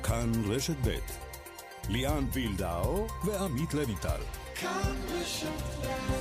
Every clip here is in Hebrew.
כאן רשת ב' ליאן וילדאו ועמית לויטל. כאן רשת ב'.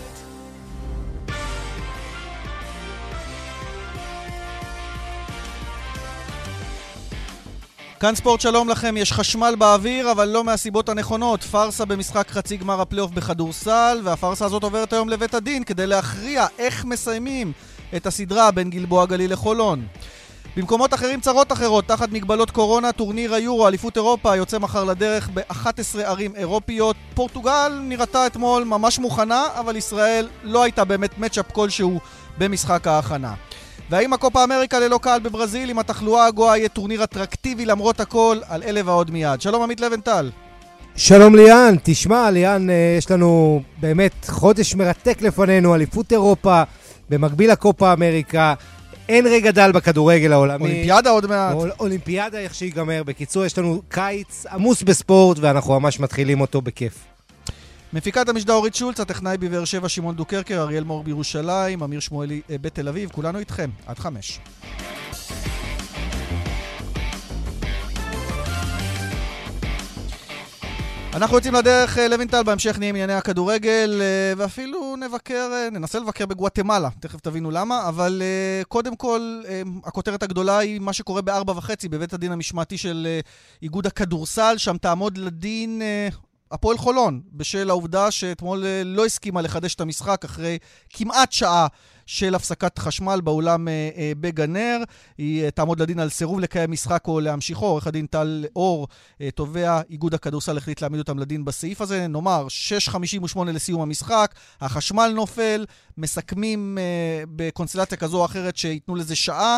כאן ספורט, שלום לכם. יש חשמל באוויר, אבל לא מהסיבות הנכונות. פרסה במשחק חצי גמר הפלייאוף בכדורסל, והפרסה הזאת עוברת היום לבית הדין כדי להכריע איך מסיימים את הסדרה בין גלבוע גליל לחולון. במקומות אחרים צרות אחרות, תחת מגבלות קורונה, טורניר היורו, אליפות אירופה, יוצא מחר לדרך ב-11 ערים אירופיות. פורטוגל נראתה אתמול ממש מוכנה, אבל ישראל לא הייתה באמת מצ'אפ כלשהו במשחק ההכנה. והאם הקופה אמריקה ללא קהל בברזיל עם התחלואה הגואה יהיה טורניר אטרקטיבי למרות הכל? על אלה ועוד מיד. שלום עמית לבנטל. שלום ליאן, תשמע ליאן, יש לנו באמת חודש מרתק לפנינו, אליפות אירופה, במקביל לקופה אמריקה, אין רגע דל בכדורגל העולמי. אולימפיאדה עוד מעט. אולימפיאדה איך שיגמר. בקיצור, יש לנו קיץ עמוס בספורט, ואנחנו ממש מתחילים אותו בכיף. מפיקת המשדר אורית שולץ, הטכנאי בבאר שבע שמעון דוקרקר, אריאל מור בירושלים, אמיר שמואלי בתל אביב, כולנו איתכם, עד 5. אנחנו יוצאים לדרך, לוינטל, בהמשך נהיה ענייני הכדורגל, ואפילו ננסה לבקר בגואטמלה, תכף תבינו למה, אבל קודם כל, הכותרת הגדולה היא מה שקורה ב-4:30 בבית הדין המשמעתי של איגוד הכדורסל, שם תעמוד לדין הפועל חולון, בשל העובדה שאתמול לא הסכימה לחדש את המשחק אחרי כמעט שעה של הפסקת חשמל באולם בגנר. היא תעמוד לדין על סירוב לקיים משחק או להמשיכו. עורך הדין טל אור, תובע איגוד הכדורסל, החליט להעמיד אותם לדין בסעיף הזה. נאמר, 6:58 לסיום המשחק, החשמל נופל, מסכמים בקונסטלציה כזו או אחרת שיתנו לזה שעה,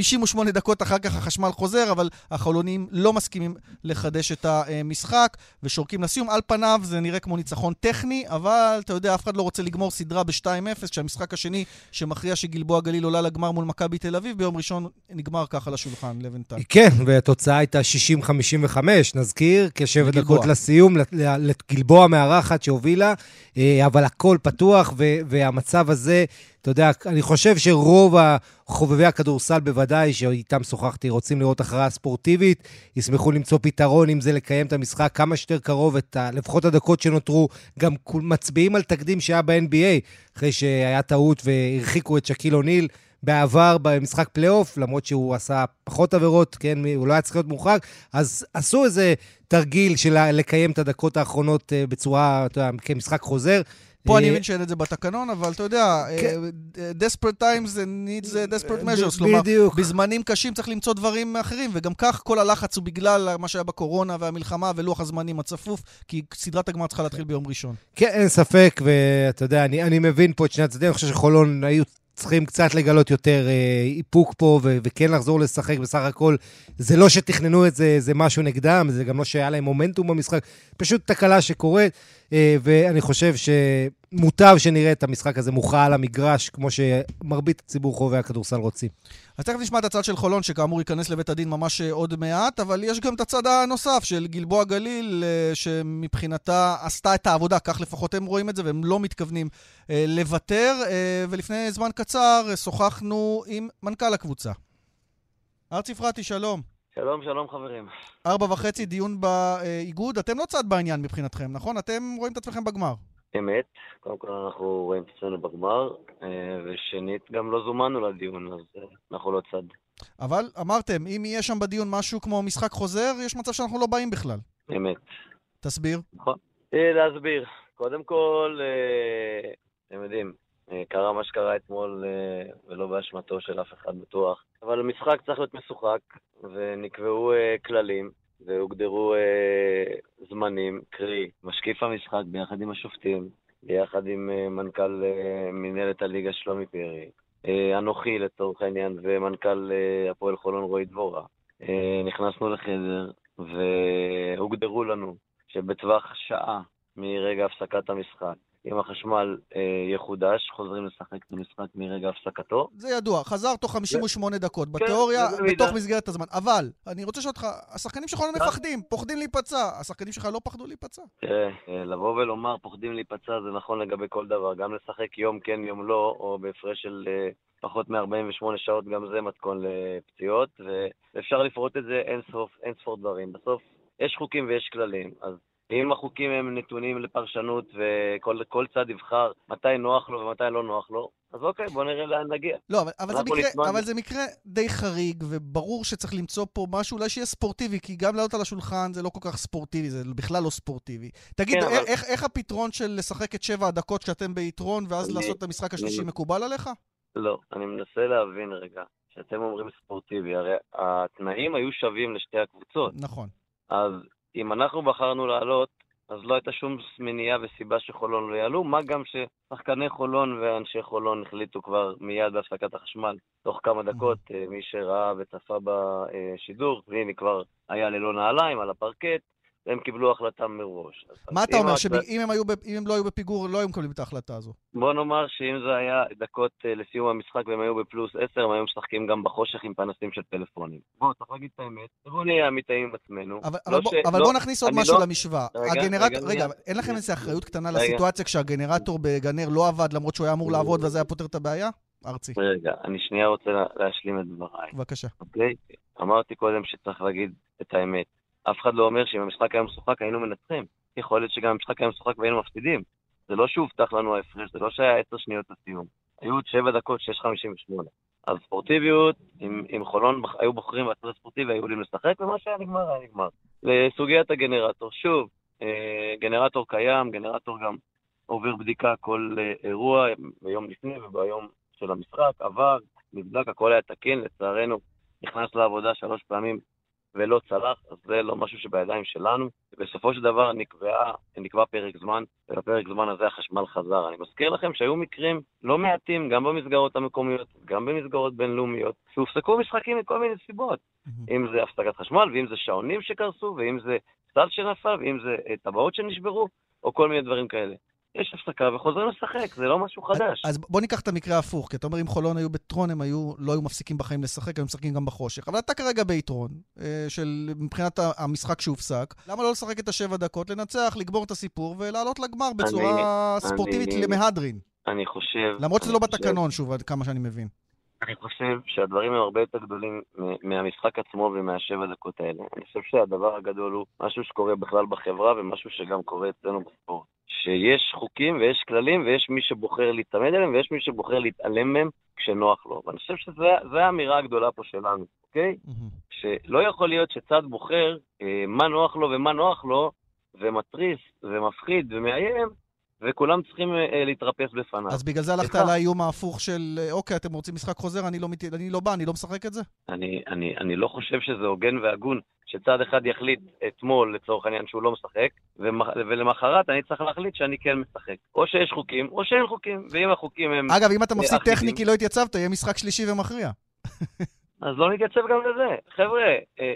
58 דקות אחר כך החשמל חוזר, אבל החולונים לא מסכימים לחדש את המשחק, ושורקים לסיום. על פניו זה נראה כמו ניצחון טכני, אבל אתה יודע, אף אחד לא רוצה לגמור סדרה ב-2-0, שהמשחק השני שמכריע שגלבוע גליל עולה לגמר מול מכבי תל אביב, ביום ראשון נגמר ככה לשולחן, לבנטל. כן, והתוצאה הייתה 60-55, נזכיר, כ7 דקות לסיום, לגלבוע מארחת שהובילה, אבל הכל פתוח, והמצב הזה, אתה יודע, אני חושב שרוב חובבי הכדורסל בוודאי, שאיתם שוחחתי, רוצים לראות הכרעה ספורטיבית, ישמחו למצוא פתרון, אם זה לקיים את המשחק כמה שיותר קרוב, לפחות הדקות שנותרו, גם מצביעים על תקדים שהיה ב-NBA, אחרי שהיה טעות והרחיקו את שקיל אוניל בעבר במשחק פלייאוף, למרות שהוא עשה פחות עבירות, כן, הוא לא היה צריך להיות מורחק, אז עשו איזה תרגיל של לקיים את הדקות האחרונות בצורה, אתה יודע, כמשחק חוזר. פה אני מבין שאין את זה בתקנון, אבל אתה יודע, desperate times needs desperate measures, כלומר, בזמנים קשים צריך למצוא דברים אחרים, וגם כך כל הלחץ הוא בגלל מה שהיה בקורונה והמלחמה ולוח הזמנים הצפוף, כי סדרת הגמר צריכה להתחיל ביום ראשון. כן, אין ספק, ואתה יודע, אני מבין פה את שני הצדדים, אני חושב שחולון היו צריכים קצת לגלות יותר איפוק פה, וכן לחזור לשחק בסך הכל. זה לא שתכננו את זה, זה משהו נגדם, זה גם לא שהיה להם מומנטום במשחק, פשוט תקלה שקורית, ואני חושב שמוטב שנראה את המשחק הזה מוכרע על המגרש, כמו שמרבית הציבור חובבי הכדורסל רוצים. אז תכף נשמע את הצד של חולון, שכאמור ייכנס לבית הדין ממש עוד מעט, אבל יש גם את הצד הנוסף של גלבוע גליל, שמבחינתה עשתה את העבודה, כך לפחות הם רואים את זה, והם לא מתכוונים לוותר, ולפני זמן קצר שוחחנו עם מנכ"ל הקבוצה. ארצי פרטי, שלום. שלום, שלום חברים. 4:30 דיון באיגוד, אתם לא צד בעניין מבחינתכם, נכון? אתם רואים את עצמכם בגמר. אמת, קודם כל אנחנו רואים את עצמנו בגמר, ושנית גם לא זומנו לדיון, אז אנחנו לא צד. אבל אמרתם, אם יהיה שם בדיון משהו כמו משחק חוזר, יש מצב שאנחנו לא באים בכלל. אמת. תסביר. נכון. להסביר. קודם כל, אתם יודעים, קרה מה שקרה אתמול, ולא באשמתו של אף אחד בטוח. אבל המשחק צריך להיות משוחק, ונקבעו כללים, והוגדרו זמנים, קרי, משקיף המשחק ביחד עם השופטים, ביחד עם מנכ"ל מנהלת הליגה שלומי פרי, אנוכי לצורך העניין, ומנכ"ל הפועל חולון רועי דבורה. נכנסנו לחדר, והוגדרו לנו שבטווח שעה מרגע הפסקת המשחק, אם החשמל יחודש, חוזרים לשחק את המשחק מרגע הפסקתו. זה ידוע, חזר תוך 58 דקות, בתיאוריה, בתוך מסגרת הזמן. אבל, אני רוצה לשאול אותך, השחקנים שלך לא מפחדים, פוחדים להיפצע. השחקנים שלך לא פחדו להיפצע. תראה, לבוא ולומר פוחדים להיפצע זה נכון לגבי כל דבר, גם לשחק יום כן, יום לא, או בהפרש של פחות מ-48 שעות, גם זה מתכון לפציעות, ואפשר לפרוט את זה אין ספור דברים. בסוף יש חוקים ויש כללים, אז אם החוקים הם נתונים לפרשנות וכל צד יבחר מתי נוח לו ומתי לא נוח לו, אז אוקיי, בוא נראה לאן נגיע. לא, אבל זה מקרה די חריג, וברור שצריך למצוא פה משהו אולי שיהיה ספורטיבי, כי גם לעלות על השולחן זה לא כל כך ספורטיבי, זה בכלל לא ספורטיבי. תגיד, איך הפתרון של לשחק את 7 הדקות כשאתם ביתרון, ואז לעשות את המשחק השלישי מקובל עליך? לא, אני מנסה להבין רגע, שאתם אומרים ספורטיבי, הרי התנאים היו שווים לשתי הקבוצות. נכון. אז אם אנחנו בחרנו לעלות, אז לא הייתה שום מניעה וסיבה שחולון לא יעלו, מה גם ששחקני חולון ואנשי חולון החליטו כבר מיד בהפסקת החשמל, תוך כמה דקות, מי שראה וצפה בשידור, והנה כבר היה ללא נעליים על הפרקט, והם קיבלו החלטה מראש. מה אתה אומר, שאם הם לא היו בפיגור, לא היו מקבלים את ההחלטה הזו? בוא נאמר שאם זה היה דקות לסיום המשחק והם היו בפלוס 10, הם היו משחקים גם בחושך עם פנסים של טלפונים. בוא, צריך להגיד את האמת, בוא נהיה אמיתיים עם עצמנו. אבל בוא נכניס עוד משהו למשוואה. רגע, אין לכם איזו אחריות קטנה לסיטואציה כשהגנרטור בגנר לא עבד, למרות שהוא היה אמור לעבוד וזה היה פותר את הבעיה? ארצי. רגע, אני שנייה רוצה להשלים את דבריי. בבקשה. אוקיי? אמרתי קודם שצריך להגיד את האמת. אף אחד לא אומר שאם המשחק היה משוחק היינו מנצחים. יכול להיות שגם המשחק היה משוחק והיינו מפסידים. זה לא שהובטח לנו ההפרש, זה לא שהיה 10 שניות לסיום. היו עוד 7 דקות, 6:58. אז ספורטיביות, אם חולון היו בוחרים בצד הספורטיבי, היו יכולים לשחק, ומה שהיה נגמר, היה נגמר. לסוגיית הגנרטור, שוב, גנרטור קיים, גנרטור גם עובר בדיקה כל אירוע, ביום לפני וביום של המשחק, עבר, נבדק, הכל היה תקין, לצערנו, נכנס לעבודה 3 פעמים, ולא צלח, אז זה לא משהו שבידיים שלנו. בסופו של דבר נקבע פרק זמן, ולפרק זמן הזה החשמל חזר. אני מזכיר לכם שהיו מקרים לא מעטים, גם במסגרות המקומיות, גם במסגרות בינלאומיות, שהופסקו משחקים מכל מיני סיבות. אם זה הפסקת חשמל, ואם זה שעונים שקרסו, ואם זה סל שנפל, ואם זה טבעות שנשברו, או כל מיני דברים כאלה. יש הפסקה וחוזרים לשחק, זה לא משהו חדש. אז בוא ניקח את המקרה ההפוך, כי אתה אומר אם חולון היו בטרון, הם לא היו מפסיקים בחיים לשחק, הם משחקים גם בחושך. אבל אתה כרגע ביתרון, מבחינת המשחק שהופסק, למה לא לשחק את 7 דקות, לנצח, לגבור את הסיפור, ולעלות לגמר בצורה ספורטיבית למהדרין? אני חושב... למרות שזה לא בתקנון, שוב, עד כמה שאני מבין. אני חושב שהדברים הם הרבה יותר גדולים מהמשחק עצמו ומה7 דקות האלה. אני חושב שהדבר הגדול הוא משהו שקורה בכלל בחברה, ומשהו שגם קורה אצלנו בספורט. שיש חוקים ויש כללים ויש מי שבוחר להתעמד עליהם ויש מי שבוחר להתעלם מהם כשנוח לו. ואני חושב שזו האמירה הגדולה פה שלנו, אוקיי? שלא יכול להיות שצד בוחר מה נוח לו ומה נוח לו ומטריס ומפחיד ומאיים, וכולם צריכים להתרפס בפניו. אז בגלל זה הלכת על האיום ההפוך של, אוקיי, אתם רוצים משחק חוזר, אני לא בא, אני לא משחק את זה? אני לא חושב שזה הוגן והגון, שצד אחד יחליט אתמול לצורך העניין שהוא לא משחק, ולמחרת אני צריך להחליט שאני כן משחק. או שיש חוקים, או שאין חוקים, ואם החוקים הם... אגב, אם אתה מפסיד טכני כי לא התייצבת, יהיה משחק שלישי ומכריע. אז לא נתייצב גם לזה. חבר'ה,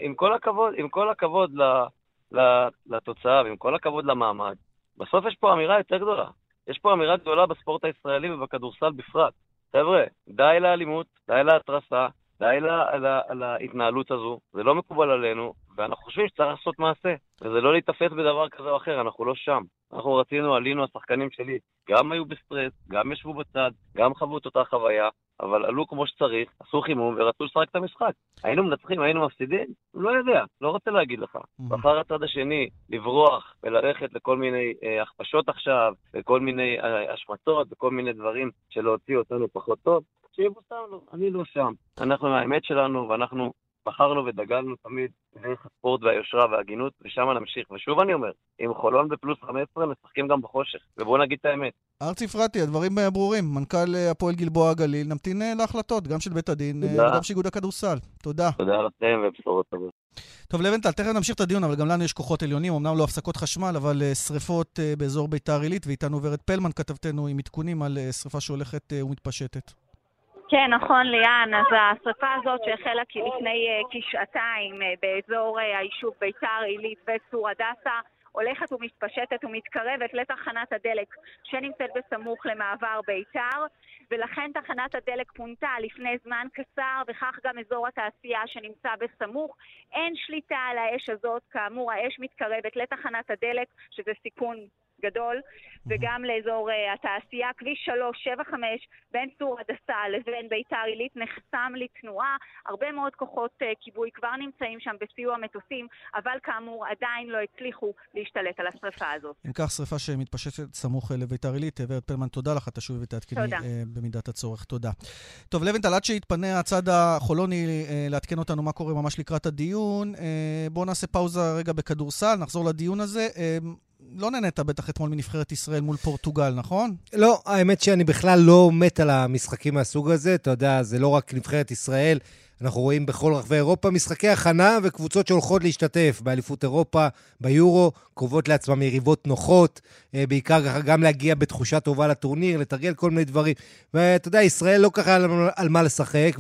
עם כל הכבוד לתוצאה, ועם כל הכבוד למעמד, בסוף יש פה אמירה יותר גדולה. יש פה אמירה גדולה בספורט הישראלי ובכדורסל בפרט. חבר'ה, די לאלימות, די להתרסה, די להתנהלות הזו. זה לא מקובל עלינו, ואנחנו חושבים שצריך לעשות מעשה. וזה לא להתאפס בדבר כזה או אחר, אנחנו לא שם. אנחנו עלינו, השחקנים שלי, גם היו בסטרס, גם ישבו בצד, גם חוו את אותה חוויה, אבל עלו כמו שצריך, עשו חימום ורצו לשחק את המשחק. היינו מנצחים, היינו מפסידים? לא יודע, לא רוצה להגיד לך. בחר הצד השני לברוח וללכת לכל מיני הכפשות עכשיו, וכל מיני השמצות, וכל מיני דברים שלהוציא אותנו פחות טוב, שיבוסם לו, אני לא שם. אנחנו מהאמת שלנו, ואנחנו בחרנו ודגלנו תמיד דרך הספורט והיושרה וההגינות, ושם נמשיך. ושוב אני אומר, עם חולון בפלוס 15 משחקים גם בחושך, ובואו נגיד את האמת. ארצי פרטי, הדברים ברורים. מנכ"ל הפועל גלבוע הגליל, נמתין להחלטות, גם של בית הדין וגם של איגוד הכדורסל. תודה. תודה לכם ובשורות טובות. טוב, לבנטל, תכף נמשיך את הדיון, אבל גם לנו יש כוחות עליונים, אמנם לא הפסקות חשמל, אבל שריפות באזור ביתר עילית, ואיתנו ורד פלמן, כתבתנו עם עדכונים על שריפה שהולכת ומתפשטת. כן, נכון ליאן, אז השריפה הזאת שהחלה לפני כשעתיים באזור היישוב ביתר עילית וצור הדסה, הולכת ומתפשטת ומתקרבת לתחנת הדלק שנמצאת בסמוך למעבר ביתר, ולכן תחנת הדלק פונתה לפני זמן קצר, וכך גם אזור התעשייה שנמצא בסמוך. אין שליטה על האש הזאת, כאמור האש מתקרבת לתחנת הדלק, שזה סיכון גדול, וגם לאזור התעשייה. כביש 375 בין צור הדסה לבין ביתר עילית נחסם לתנועה. הרבה מאוד כוחות כיבוי כבר נמצאים שם בסיוע מטוסים, אבל כאמור עדיין לא הצליחו להשתלט על השריפה הזאת. אם כך, שריפה שמתפשטת סמוך לביתר עילית. ורד פלמן, תודה לך, תשובי ותעדכני במידת הצורך. תודה. טוב, לבנטל, עד שיתפנה הצד החולוני לעדכן אותנו מה קורה ממש לקראת הדיון, בואו נעשה פאוזה רגע בכדורסל, נחזור לדיון הזה. לא נהנית בטח אתמול מנבחרת ישראל מול פורטוגל, נכון? לא, האמת שאני בכלל לא מת על המשחקים מהסוג הזה. אתה יודע, זה לא רק נבחרת ישראל, אנחנו רואים בכל רחבי אירופה משחקי הכנה וקבוצות שהולכות להשתתף באליפות אירופה, ביורו, קרובות לעצמם יריבות נוחות, בעיקר גם להגיע בתחושה טובה לטורניר, לתרגל כל מיני דברים. ואתה יודע, ישראל לא ככה על מה לשחק,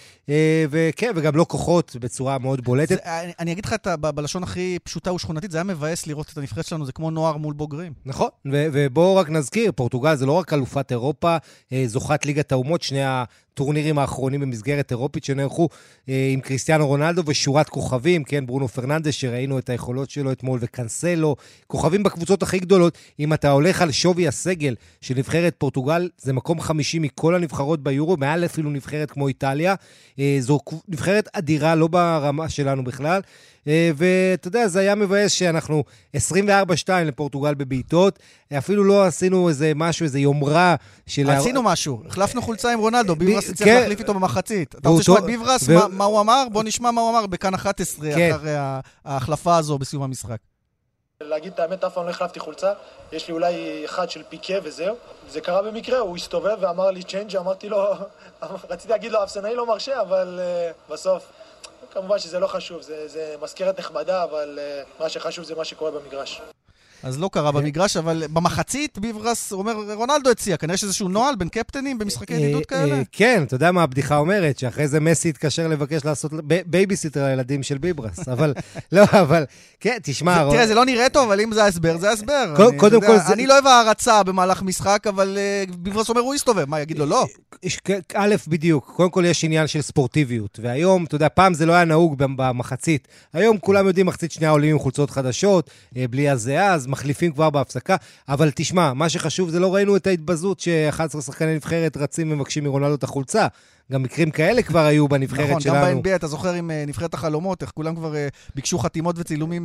וכן, וגם לא כוחות בצורה מאוד בולטת. אני אגיד לך בלשון הכי פשוטה ושכונתית, זה היה מבאס לראות את הנבחרת שלנו, זה כמו נוער מול בוגרים. נכון, ובואו רק נזכיר, פורטוגל זה לא רק אלופת אירופה, זוכת ליגת האומות, שני הטורנירים האחרונים במסגרת אירופית שנערכו עם קריסטיאנו רונלדו ושורת כוכבים, כן, ברונו פרננדס שראינו את היכולות שלו אתמול וקנסלו, כוכבים בקבוצות הכי גדולות. אם אתה הולך על שווי הסגל של נבחרת פורטוגל, זה מקום 50 מכל הנבחרות ביורו, מעל אפילו נבחרת כמו איטליה. זו נבחרת אדירה, לא ברמה שלנו בכלל. ואתה יודע, זה היה מבאס שאנחנו 24-2 לפורטוגל בביתות, אפילו לא עשינו איזה משהו, איזה יומרה של... עשינו משהו, החלפנו חולצה עם רונלדו, ביברס צריך להחליף איתו במחצית. אתה רוצה לשמוע את ביברס, מה הוא אמר? בוא נשמע מה הוא אמר בכאן 11 אחרי ההחלפה הזו בסיום המשחק. להגיד את האמת, אף פעם לא החלפתי חולצה, יש לי אולי אחד של פיקה וזהו. זה קרה במקרה, הוא הסתובב ואמר לי צ'יינג', אמרתי לו, רציתי להגיד לו, אפסנאי לא מרשה, אבל בסוף, כמובן שזה לא חשוב, זה מזכרת נכבדה, אבל מה שחשוב זה מה שקורה במגרש. אז לא קרה במגרש, אבל במחצית ביברס אומר, רונלדו הציע, כנראה יש איזשהו נועל בין קפטנים במשחקי ידידות כאלה? כן, אתה יודע מה הבדיחה אומרת, שאחרי זה מסי התקשר לבקש לעשות בייביסיטר לילדים של ביברס, אבל לא, אבל כן, תשמע... תראה, זה לא נראה טוב, אבל אם זה ההסבר, זה ההסבר. קודם כל... אני לא אוהב הערצה במהלך משחק, אבל ביברס אומר, הוא יסתובב, מה, יגיד לו לא? א', בדיוק, קודם כל יש עניין של ספורטיביות, והיום, אתה יודע, פעם זה לא היה נהוג במחצית, היום כולם יודעים מחצית שנייה עולים עם חולצות חדשות, בלי הזיעה, אז מחליפים כבר בהפסקה, אבל תשמע, מה שחשוב זה לא ראינו את ההתבזות ש11 שחקני נבחרת רצים ומבקשים מרונלדו את החולצה, גם מקרים כאלה כבר היו בנבחרת שלנו. נכון, גם ב-NBA, אתה זוכר עם נבחרת החלומות, איך כולם כבר ביקשו חתימות וצילומים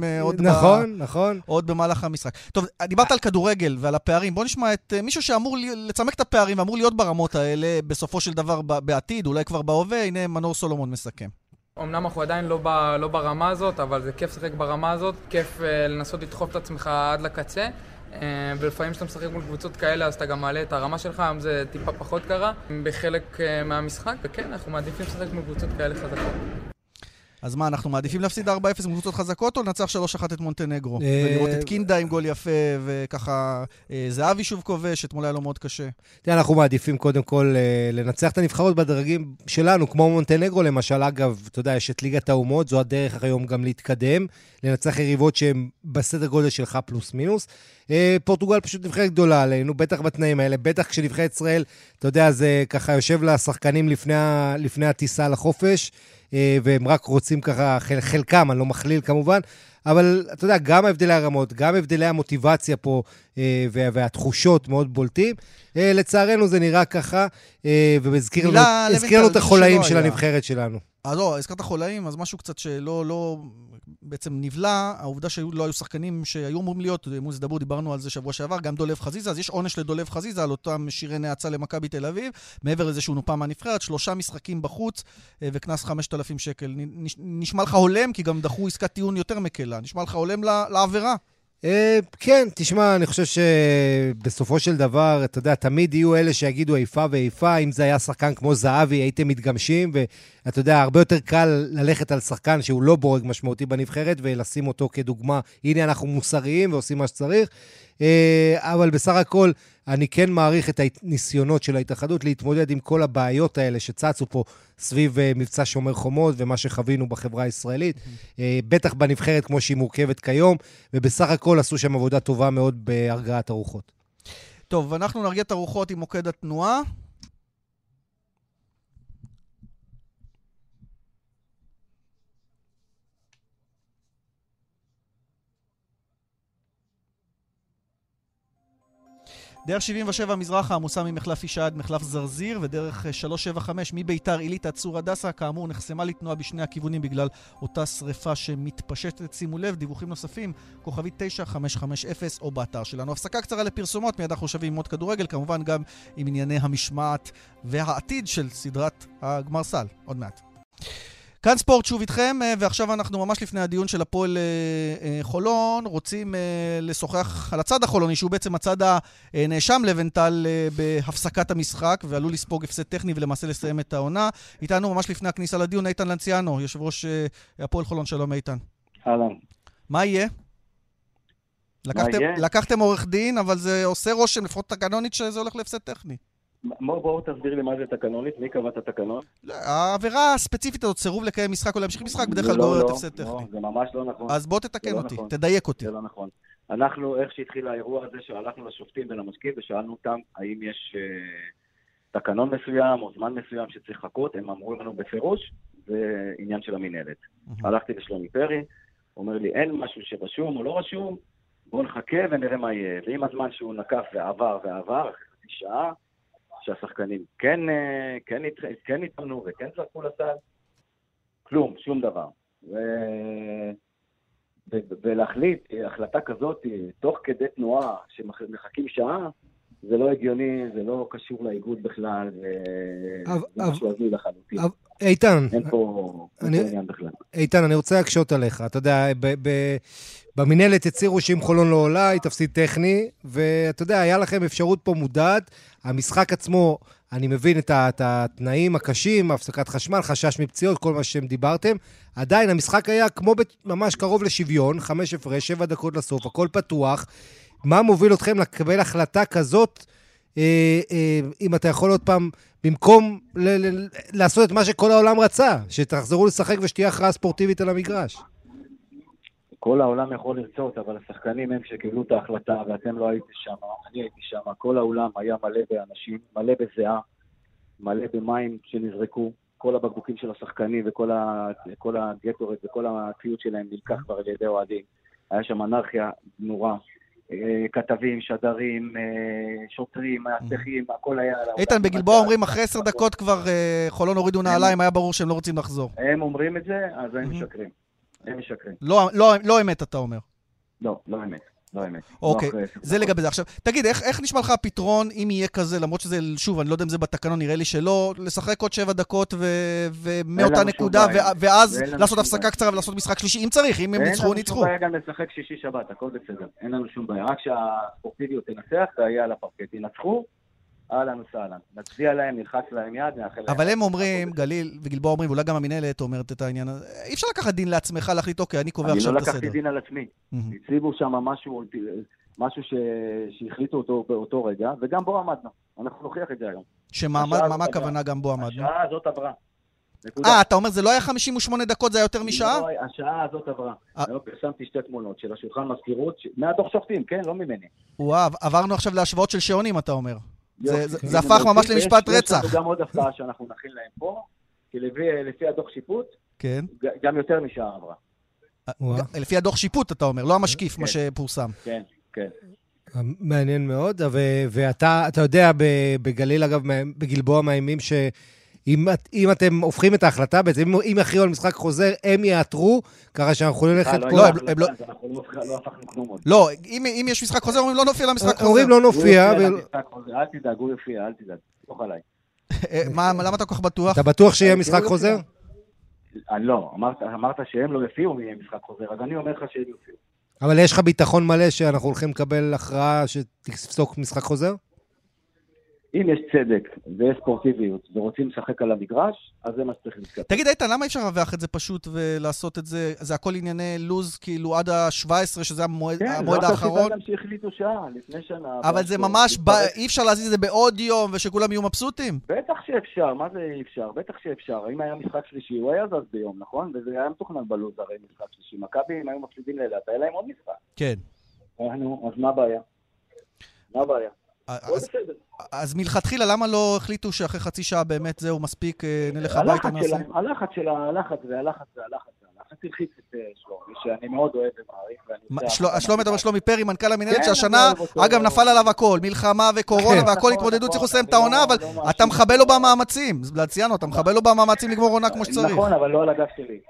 עוד במהלך המשחק. טוב, דיברת על כדורגל ועל הפערים, בוא נשמע את מישהו שאמור לצמק את הפערים ואמור להיות ברמות האלה בסופו של דבר בעתיד, אולי כבר בהווה, הנה מנור סולומון מסכם. אמנם אנחנו עדיין לא ברמה הזאת, אבל זה כיף לשחק ברמה הזאת, כיף לנסות לדחוף את עצמך עד לקצה, ולפעמים כשאתה משחק מול קבוצות כאלה, אז אתה גם מעלה את הרמה שלך, היום זה טיפה פחות קרה בחלק מהמשחק, וכן, אנחנו מעדיפים לשחק מול קבוצות כאלה חזקות. אז מה, אנחנו מעדיפים להפסיד 4-0 עם קבוצות חזקות, או לנצח 3-1 את מונטנגרו? ולראות את קינדה עם גול יפה, וככה זהבי שוב כובש, אתמול היה לו מאוד קשה. תראה, אנחנו מעדיפים קודם כל לנצח את הנבחרות בדרגים שלנו, כמו מונטנגרו למשל, אגב, אתה יודע, יש את ליגת האומות, זו הדרך היום גם להתקדם, לנצח יריבות שהן בסדר גודל שלך פלוס מינוס. פורטוגל פשוט נבחרת גדולה עלינו, בטח בתנאים האלה, בטח כשנבחרת ישראל, אתה יודע, זה ככה יושב לשחקנים לפני הטיסה לחופש, והם רק רוצים ככה, חלקם, אני לא מכליל כמובן, אבל אתה יודע, גם הבדלי הרמות, גם הבדלי המוטיבציה פה, והתחושות מאוד בולטים, לצערנו זה נראה ככה, והזכיר לנו את החולאים של הנבחרת שלנו. אז לא, הזכרת חולאים, אז משהו קצת שלא בעצם נבלע, העובדה שלא היו שחקנים שהיו אמורים להיות, מוז דבור, דיברנו על זה שבוע שעבר, גם דולב חזיזה, אז יש עונש לדולב חזיזה על אותם שירי נאצה למכבי תל אביב, מעבר לזה שהוא נופה מהנבחרת, 3 משחקים בחוץ, וכנס 5,000 שקל. נשמע לך הולם, כי גם דחו עסקת טיעון יותר מקלה, נשמע לך הולם לעבירה? כן, תשמע, אני חושב שבסופו של דבר, אתה יודע, תמיד יהיו אלה שיגידו איפה ואיפה, אם זה היה שחקן כמו זהבי, הייתם מתגמשים, ואתה יודע, הרבה יותר קל ללכת על שחקן שהוא לא בורג משמעותי בנבחרת, ולשים אותו כדוגמה, הנה אנחנו מוסריים ועושים מה שצריך, אבל בסך הכל, אני כן מעריך את הניסיונות של ההתאחדות להתמודד עם כל הבעיות האלה שצצו פה סביב מבצע שומר חומות ומה שחווינו בחברה הישראלית, בטח בנבחרת כמו שהיא מורכבת כיום, ובסך הכל עשו שם עבודה טובה מאוד בהרגעת הרוחות. טוב, אנחנו נרגיע את הרוחות עם מוקד התנועה. דרך 77 מזרחה עמוסה ממחלף אישה עד מחלף זרזיר, ודרך 375 מביתר עילית עד צור הדסה, כאמור נחסמה לתנועה בשני הכיוונים בגלל אותה שריפה שמתפשטת. שימו לב, דיווחים נוספים, כוכבי 9550 או באתר שלנו. הפסקה קצרה לפרסומות, מיד אנחנו שווים עם עוד כדורגל, כמובן גם עם ענייני המשמעת והעתיד של סדרת הגמר סל, עוד מעט. כאן ספורט שוב איתכם, ועכשיו אנחנו ממש לפני הדיון של הפועל חולון, רוצים לשוחח על הצד החולוני, שהוא בעצם הצד הנאשם לבנטל בהפסקת המשחק, ועלול לספוג הפסד טכני ולמעשה לסיים את העונה. איתנו ממש לפני הכניסה לדיון, איתן לנציאנו, יושב ראש הפועל חולון. שלום איתן. אהלן. מה יהיה? לקחתם עורך דין, אבל זה עושה רושם, לפחות תקנונית, שזה הולך להפסד טכני. בואו תסביר לי מה זה תקנונית, מי קבע את התקנון? העבירה הספציפית הזאת, סירוב לקיים משחק או להמשיך משחק, בדרך כלל גוררת הפסד טכני. לא, זה ממש לא נכון. אז בוא תתקן אותי, תדייק אותי. זה לא נכון. אנחנו, איך שהתחיל האירוע הזה, שהלכנו לשופטים ולמשקיעים ושאלנו אותם האם יש תקנון מסוים או זמן מסוים שצריך לחכות, הם אמרו לנו בפירוש, זה עניין של המנהלת. הלכתי לשלומי פרי, אומר לי אין משהו שרשום או לא רשום, בואו נחכה ונראה מה יהיה. ועם הזמן שהוא נקף ועבר, אחרי שעה, שהשחקנים כן התאמנו וכן זרקו לסל, כלום, שום דבר. ולהחליט החלטה כזאת תוך כדי תנועה שמחכים שעה, זה לא הגיוני, זה לא קשור לאיגוד בכלל, זה משהו הזוי לחלוטין. איתן, אין פה עניין בכלל. איתן, אני רוצה להקשות עליך. אתה יודע, במנהלת הצירו שאם חולון לא עולה, היא תפסיד טכני, ואתה יודע, היה לכם אפשרות פה מודעת. המשחק עצמו, אני מבין את התנאים הקשים, הפסקת חשמל, חשש מפציעות, כל מה שהם דיברתם. עדיין, המשחק היה כמו ממש קרוב לשוויון, 5 הפרש, 7 דקות לסוף, הכל פתוח. מה מוביל אתכם לקבל החלטה כזאת, אם אתה יכול עוד פעם, במקום לעשות את מה שכל העולם רצה, שתחזרו לשחק ושתהיה הכרעה ספורטיבית על המגרש? כל העולם יכול לרצות, אבל השחקנים הם שקיבלו את ההחלטה, ואתם לא הייתם שם, אני הייתי שם. כל העולם היה מלא באנשים, מלא בזיעה, מלא במים שנזרקו. כל הבקבוקים של השחקנים וכל הגטורית וכל הציוד שלהם נלקח כבר על ידי אוהדים. היה שם אנרכיה נורא. כתבים, שדרים, שוטרים, מאבטחים, הכל היה... איתן, בגלבוע אומרים, אחרי 10 דקות כבר חולון הורידו נעליים, היה ברור שהם לא רוצים לחזור. הם אומרים את זה, אז הם משקרים. הם משקרים. לא אמת, אתה אומר. לא אמת. לא אמת. אוקיי, זה לגבי זה. עכשיו, תגיד, איך נשמע לך הפתרון, אם יהיה כזה, למרות שזה, שוב, אני לא יודע אם זה בתקנון, נראה לי שלא, לשחק עוד 7 דקות ומאותה נקודה, ואז לעשות הפסקה קצרה ולעשות משחק שלישי, אם צריך, אם הם ניצחו. אין לנו שום בעיה גם לשחק שישי שבת, הכל בסדר. אין לנו שום בעיה, רק שהספורטיביות תנצח, תהיה על הפרקט. ינצחו, אהלן וסהלן. נצדיע להם, נלחץ להם יד, נאחל להם. אבל הם אומרים, גליל וגלבוע אומרים, ואולי גם המנהלת אומרת את העניין הזה, אי אפשר לקחת דין לעצמך, להחליט, אוקיי, אני קובע עכשיו את הסדר. אני לא לקחתי דין על עצמי. הציבו שם משהו שהחליטו אותו באותו רגע, וגם בו עמדנו. אנחנו נוכיח את זה היום. מה הכוונה גם בו עמדנו? השעה הזאת עברה. אתה אומר, זה לא היה 58 דקות, זה היה יותר משעה? לא, השעה הזאת עברה. אני פרסמתי 2 תמונות של השולחן מזכירות, מהדוח שופטים, כן, לא ממני. וואו, עברנו עכשיו להשוואות של שעונים, אתה אומר. זה הפך ממש למשפט רצח. יש לנו גם עוד הפתעה שאנחנו נכין להם פה, כי לפי הדוח שיפוט, גם יותר משעה עברה. לפי הדוח שיפוט, אתה אומר, לא המשקיף, מה שפורסם. כן, כן. מעניין מאוד, ואתה יודע, בגליל, אגב, בגלבוע מאיימים אם אתם הופכים את ההחלטה, בעצם אם יכריעו על משחק חוזר, הם יאתרו, ככה שאנחנו יכולים ללכת כל... לא הפכנו כלום עוד. לא, אם יש משחק חוזר, אומרים לא נופיע למשחק חוזר. אומרים לא נופיע. אל תדאג, הוא יופיע, אל תדאג. תוך עליי. למה אתה כל כך בטוח? אתה בטוח שיהיה משחק חוזר? לא, אמרת שהם לא יופיעו אם יהיה משחק חוזר, אז אני אומר לך שהם יופיעו. אבל יש לך ביטחון מלא שאנחנו הולכים לקבל הכרעה שתפסוק משחק חוזר? אם יש צדק ויש ספורטיביות ורוצים לשחק על המגרש, אז זה מה שצריך להתקבל. תגיד, איתן, למה אפשר להרוויח את זה פשוט ולעשות את זה? זה הכל ענייני לוז, כאילו עד ה-17, שזה המועד האחרון? כן, גם שהחליטו שעה, לפני שנה. אבל זה ממש, אי אפשר להזיז את זה בעוד יום ושכולם יהיו מבסוטים? בטח שאפשר, מה זה אי אפשר? בטח שאפשר. אם היה משחק שלישי, הוא היה זז ביום, נכון? וזה היה מתוכנן בלוז, הרי משחק שלישי. מכבי, אם היו מפסידים לאילת, היה להם עוד משחק. כן. אז מה הבעיה? מה הבעיה? אז מלכתחילה, למה לא החליטו שאחרי חצי שעה באמת זהו מספיק, נלך הביתה נעשה? הלחץ הלחיץ את שלומי, שאני מאוד אוהב ומעריך. שלומי, אתה אומר שלומי פרי, מנכ"ל המנהלת, שהשנה, אגב, נפל עליו הכל, מלחמה וקורונה והכל התמודדות, צריך לסיים את העונה, אבל אתה מחבל לו במאמצים, לציינו, אתה מחבל לו במאמצים לגמור עונה כמו שצריך. נכון, אבל לא על הגב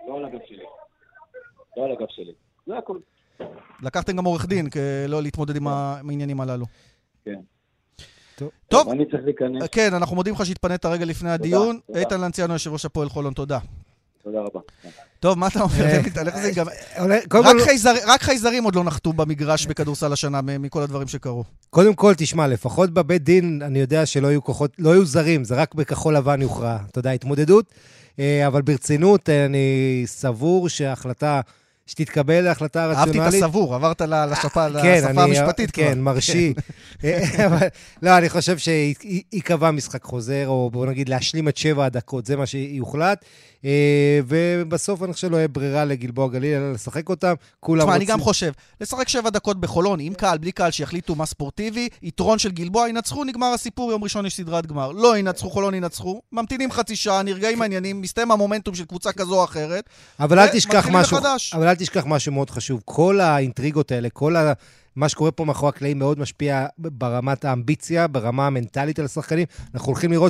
שלי. זה הכל. לקחתם גם עורך דין, לא להתמודד עם העניינים הללו. כן. טוב, אני צריך להיכנס. כן, אנחנו מודים לך שהתפנית הרגע לפני הדיון. איתן לנציאנו, יושב ראש הפועל חולון, תודה. תודה רבה. טוב, מה אתה אומר? רק חייזרים עוד לא נחתו במגרש בכדורסל השנה מכל הדברים שקרו. קודם כל, תשמע, לפחות בבית דין, אני יודע שלא יהיו כוחות, לא יהיו זרים, זה רק בכחול לבן יוכרע. אתה יודע, התמודדות, אבל ברצינות, אני סבור שההחלטה שתתקבל ההחלטה רציונלית. אהבתי את הסבור, עברת לשפה המשפטית כבר. כן, מרשי. לא, אני חושב שיקבע משחק חוזר, או בוא נגיד להשלים את 7 הדקות, זה מה שיוחלט. ובסוף אני חושב לא יהיה ברירה לגלבוע גליל, אלא לשחק אותם. תשמע, אני גם חושב, לשחק 7 דקות בחולון, עם קהל, בלי קהל, שיחליטו מה ספורטיבי, יתרון של גלבוע, ינצחו, נגמר הסיפור, יום ראשון יש סדרת גמר. לא ינצחו, חולון ינצחו, ממתינים חצי שעה, נרגעים העניינים, מסתיים המומנטום של קבוצה כזו או אחרת. אבל אל תשכח משהו מאוד חשוב. כל האינטריגות האלה, מה שקורה פה מאחורי הקלעים מאוד משפיע ברמת האמביציה, ברמה המנטלית על השחקנים. אנחנו הולכים לראות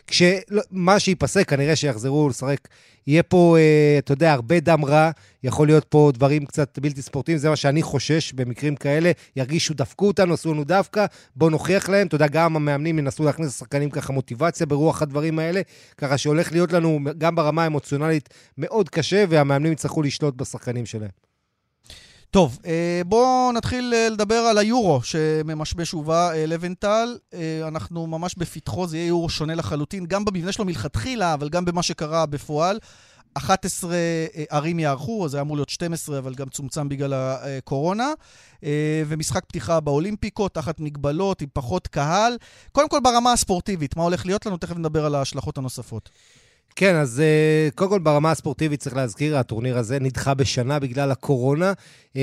מה שיפסק, כנראה שיחזרו לשחק. יהיה פה, אתה יודע, הרבה דם רע, יכול להיות פה דברים קצת בלתי ספורטיים, זה מה שאני חושש במקרים כאלה, ירגישו דפקו אותנו, עשו לנו דווקא, בואו נוכיח להם, אתה יודע, גם המאמנים ינסו להכניס לשחקנים ככה מוטיבציה ברוח הדברים האלה, ככה שהולך להיות לנו גם ברמה האמוציונלית מאוד קשה, והמאמנים יצטרכו לשלוט בשחקנים שלהם. טוב, בואו נתחיל לדבר על היורו שממשבש ובא לבנטל. אנחנו ממש בפתחו, זה יהיה יורו שונה לחלוטין, גם במבנה שלו מלכתחילה, אבל גם במה שקרה בפועל. 11 ערים יערכו, אז זה אמור להיות 12, אבל גם צומצם בגלל הקורונה. ומשחק פתיחה באולימפיקות, תחת מגבלות, עם פחות קהל. קודם כל ברמה הספורטיבית, מה הולך להיות לנו? תכף נדבר על ההשלכות הנוספות. כן, אז קודם כל ברמה הספורטיבית צריך להזכיר, הטורניר הזה נדחה בשנה בגלל הקורונה.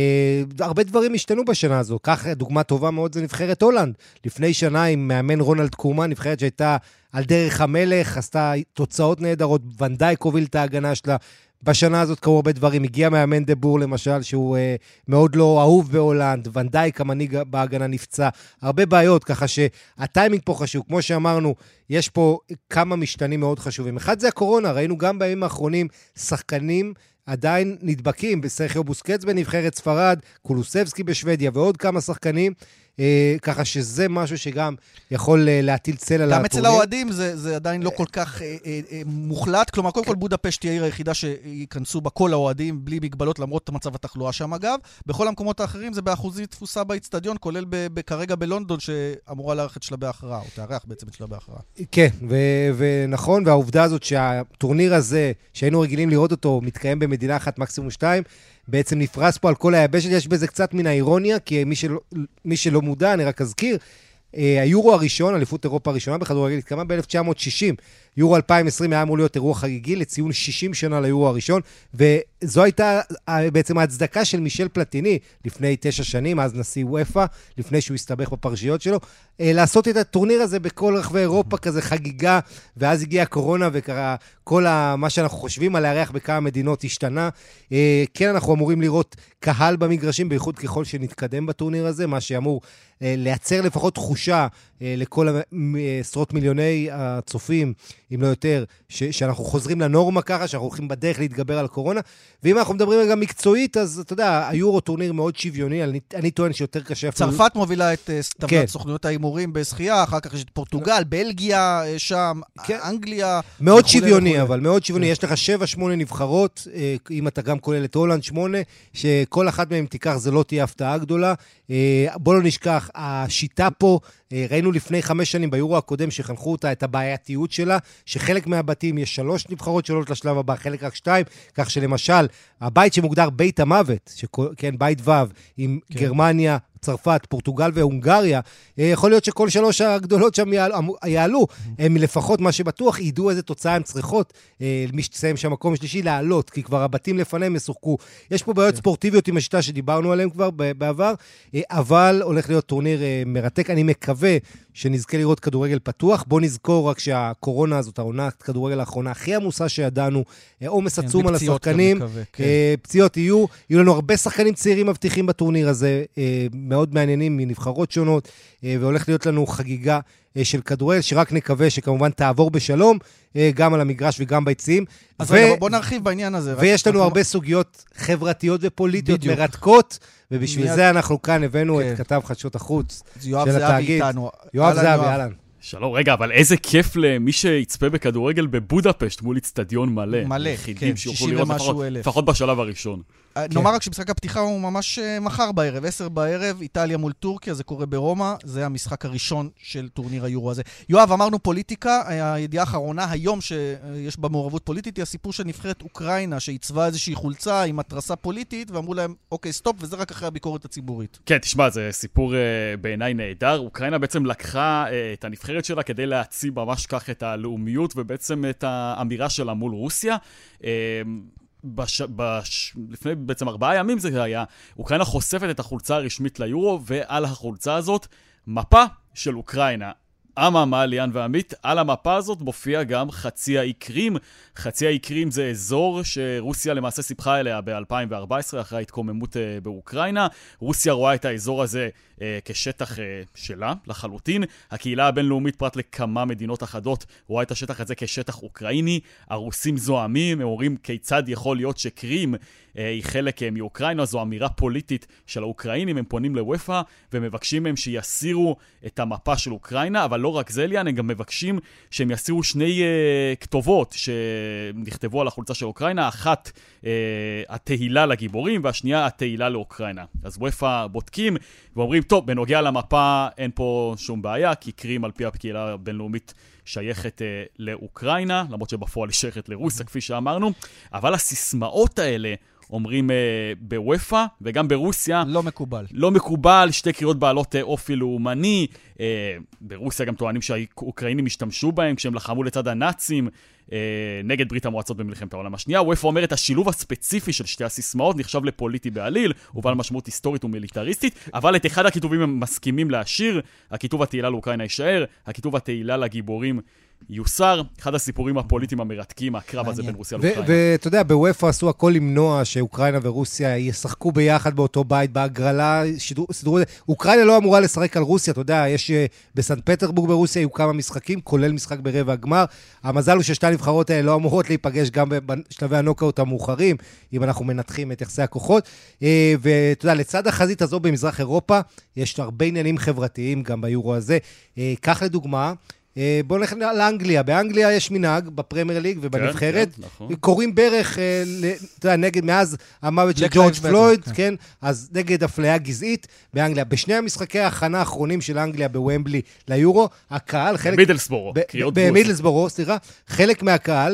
הרבה דברים השתנו בשנה הזו. כך דוגמה טובה מאוד זה נבחרת הולנד. לפני שנה עם מאמן רונלד קומן, נבחרת שהייתה על דרך המלך, עשתה תוצאות נהדרות, ונדייק הוביל את ההגנה שלה. בשנה הזאת קרו הרבה דברים, הגיע מאמן דבור למשל, שהוא מאוד לא אהוב בהולנד, ונדייק המנהיג בהגנה נפצע, הרבה בעיות, ככה שהטיימינג פה חשוב, כמו שאמרנו, יש פה כמה משתנים מאוד חשובים. אחד זה הקורונה, ראינו גם בימים האחרונים שחקנים עדיין נדבקים, בסרחיו בוסקץ בנבחרת ספרד, קולוסבסקי בשוודיה ועוד כמה שחקנים, ככה שזה משהו שגם יכול להטיל צל על הטורניר. גם אצל האוהדים זה עדיין לא כל כך מוחלט, כלומר, קודם כל בודפשט היא העיר היחידה שיכנסו בה כל האוהדים, בלי מגבלות, למרות מצב התחלואה שם אגב. בכל המקומות האחרים זה באחוזי תפוסה באצטדיון, כולל כרגע בלונדון, שאמורה לארח את שלבי ההכרעה, או תארח בעצם את שלבי ההכרעה. כן, ונכון, והעובדה הזאת שהטורניר הזה, שהיינו רגילים לראות אותו, מתקיים במדינה אחת, מקסימום 2, בעצם נפרס פה על כל היבשת, יש בזה קצת מן האירוניה, כי מי שלא מודע, אני רק אזכיר, היורו הראשון, אליפות אירופה הראשונה בכדורגל, התקיימה ב-1960, יורו 2020 היה אמור להיות אירוע חגיגי לציון 60 שנה ליורו הראשון, וזו הייתה בעצם ההצדקה של מישל פלטיני, לפני 9 שנים, אז נשיא וופא, לפני שהוא הסתבך בפרשיות שלו, לעשות את הטורניר הזה בכל רחבי אירופה, כזה חגיגה, ואז הגיעה הקורונה וקרה כל מה שאנחנו חושבים על לארח בכמה מדינות השתנה. כן, אנחנו אמורים לראות קהל במגרשים, בייחוד ככל שנתקדם בטורניר הזה, מה שאמור לייצר לפחות תחושה לכל עשרות מיליוני הצופים, אם לא יותר, שאנחנו חוזרים לנורמה ככה, שאנחנו הולכים בדרך להתגבר על הקורונה, ואם אנחנו מדברים גם מקצועית, אז אתה יודע, היורו טורניר מאוד שוויוני, אני טוען שיותר קשה. צרפת מובילה את טבלת סוכנויות ההימורים בשחייה, אחר כך יש את פורטוגל, בלגיה שם, אנגליה. מאוד שוויוני, אבל מאוד שוויוני. יש לך 7-8 נבחרות, אם אתה גם כולל את הולנד 8, שכל אחת מהם תיקח, זה לא תהיה הפתעה גדולה. בוא לא נשכח, השיטה פה, ראינו לפני 5 שנים ביורו הקודם שחנכו אותה את הבעייתיות שלה, שחלק מהבתים יש 3 נבחרות שעולות לשלב הבא, חלק רק 2, כך שלמשל, הבית שמוגדר בית המוות, כן, בית ו' עם גרמניה, צרפת, פורטוגל והונגריה, יכול להיות שכל 3 הגדולות שם יעלו, הם לפחות מה שבטוח ידעו איזה תוצאה הם צריכות, מי שתסיים שם מקום שלישי לעלות, כי כבר הבתים לפניהם ישוחקו. יש פה בעיות ספורטיביות עם השיטה שדיברנו עליהם כבר בעבר, אבל הולך להיות טורניר מרתק. אני מקווה שנזכה לראות כדורגל פתוח. בוא נזכור רק שהקורונה הזאת, העונת כדורגל האחרונה, הכי עמוסה שידענו, עומס עצום על השחקנים, פציעות יהיו לנו הרבה שחקנים צעירים מבטיחים בטורניר הזה, מאוד מעניינים מנבחרות שונות, והולך להיות לנו חגיגה של כדורגל, שרק נקווה שכמובן תעבור בשלום, גם על המגרש וגם ביציעים. אז רגע, בוא נרחיב בעניין הזה. ויש לנו הרבה סוגיות חברתיות ופוליטיות מרתקות, ובשביל זה אנחנו כאן הבאנו את כתב חדשות החוץ של התאגיד. יואב זהבי, אהלן. שלום, רגע, אבל איזה כיף למי שיצפה בכדורגל בבודפשט מול אצטדיון מלא. מלא, כן, 60 ומשהו אלף. לפחות בשלב הראשון. נאמר רק שמשחק הפתיחה הוא ממש מחר בערב, 10 בערב, איטליה מול טורקיה, זה קורה ברומא, זה המשחק הראשון של טורניר היורו הזה. יואב, אמרנו פוליטיקה, הידיעה האחרונה היום שיש בה מעורבות פוליטית, היא הסיפור של נבחרת אוקראינה, שעיצבה איזושהי חולצה עם התרסה פוליטית, ואמרו להם, אוקיי, סטופ, וזה רק אחרי הביקורת הציבורית. כן, תשמע, זה סיפור בעיניי נהדר. אוקראינה בעצם לקחה את הנבחרת שלה כדי להציב ממש כך את הלאומיות, ובעצם את האמירה שלה מול רוסיה. לפני בעצם 4 ימים זה היה, אוקראינה חושפת את החולצה הרשמית ליורו, ועל החולצה הזאת מפה של אוקראינה. אממה, ליאן ועמית, על המפה הזאת מופיע גם חצי האי קרים. חצי האי קרים זה אזור שרוסיה למעשה סיפחה אליה ב-2014 אחרי ההתקוממות באוקראינה. רוסיה רואה את האזור הזה כשטח שלה לחלוטין. הקהילה הבינלאומית פרט לכמה מדינות אחדות רואה את השטח הזה כשטח אוקראיני. הרוסים זועמים, הם אומרים כיצד יכול להיות שקרים היא חלק מאוקראינה. זו אמירה פוליטית של האוקראינים. הם פונים לוויפה ומבקשים מהם שיסירו את המפה של אוקראינה, אבל לא רק זה, ליאן, הם גם מבקשים שהם יסירו 2 כתובות שנכתבו על החולצה של אוקראינה, אחת התהילה לגיבורים והשנייה התהילה לאוקראינה. אז וויפה בודקים ואומרים, טוב, בנוגע למפה אין פה שום בעיה, כי קרים על פי הקהילה הבינלאומית שייכת לאוקראינה, למרות שבפועל היא שייכת לרוסיה, כפי שאמרנו, אבל הסיסמאות האלה אומרים בוויפה וגם ברוסיה. לא מקובל. לא מקובל, 2 קריאות בעלות אופי לאומני. ברוסיה גם טוענים שהאוקראינים השתמשו בהם כשהם לחמו לצד הנאצים נגד ברית המועצות במלחמת העולם השנייה. וויפה אומרת, השילוב הספציפי של 2 הסיסמאות נחשב לפוליטי בעליל, ובעל משמעות היסטורית ומיליטריסטית, אבל את אחד הכיתובים הם מסכימים להשאיר. הכיתוב התהילה לאוקראינה יישאר, הכיתוב התהילה לגיבורים יוסר. אחד הסיפורים הפוליטיים המרתקים, הקרב הזה בין רוסיה לאוקראינה. ואתה יודע, בוויפה עשו הכל למנוע שאוקראינה ורוסיה ישחקו ביחד באותו בית, בהגרלה, סידרו את זה. אוקראינה לא אמורה לשחק על רוסיה, אתה יודע, יש בסנט פטרבורג ברוסיה היו כמה משחקים, כולל משחק ברבע הגמר. המזל הוא ש2 הנבחרות האלה לא אמורות להיפגש גם בשלבי הנוקאוט המאוחרים, אם אנחנו מנתחים את יחסי הכוחות. ואתה יודע, לצד החזית הזו במזרח אירופה, יש הרבה עניינים חברתיים גם ביורו הזה. כך לדוגמה, בואו נלך לאנגליה. באנגליה יש מנהג בפרמייר ליג ובנבחרת. קוראים בערך, נגד מאז המוות של ג'ורג' פלויד, כן? אז נגד אפליה גזעית באנגליה. בשני המשחקי ההכנה האחרונים של אנגליה בוומבלי ליורו, הקהל, במידלסבורו, חלק מהקהל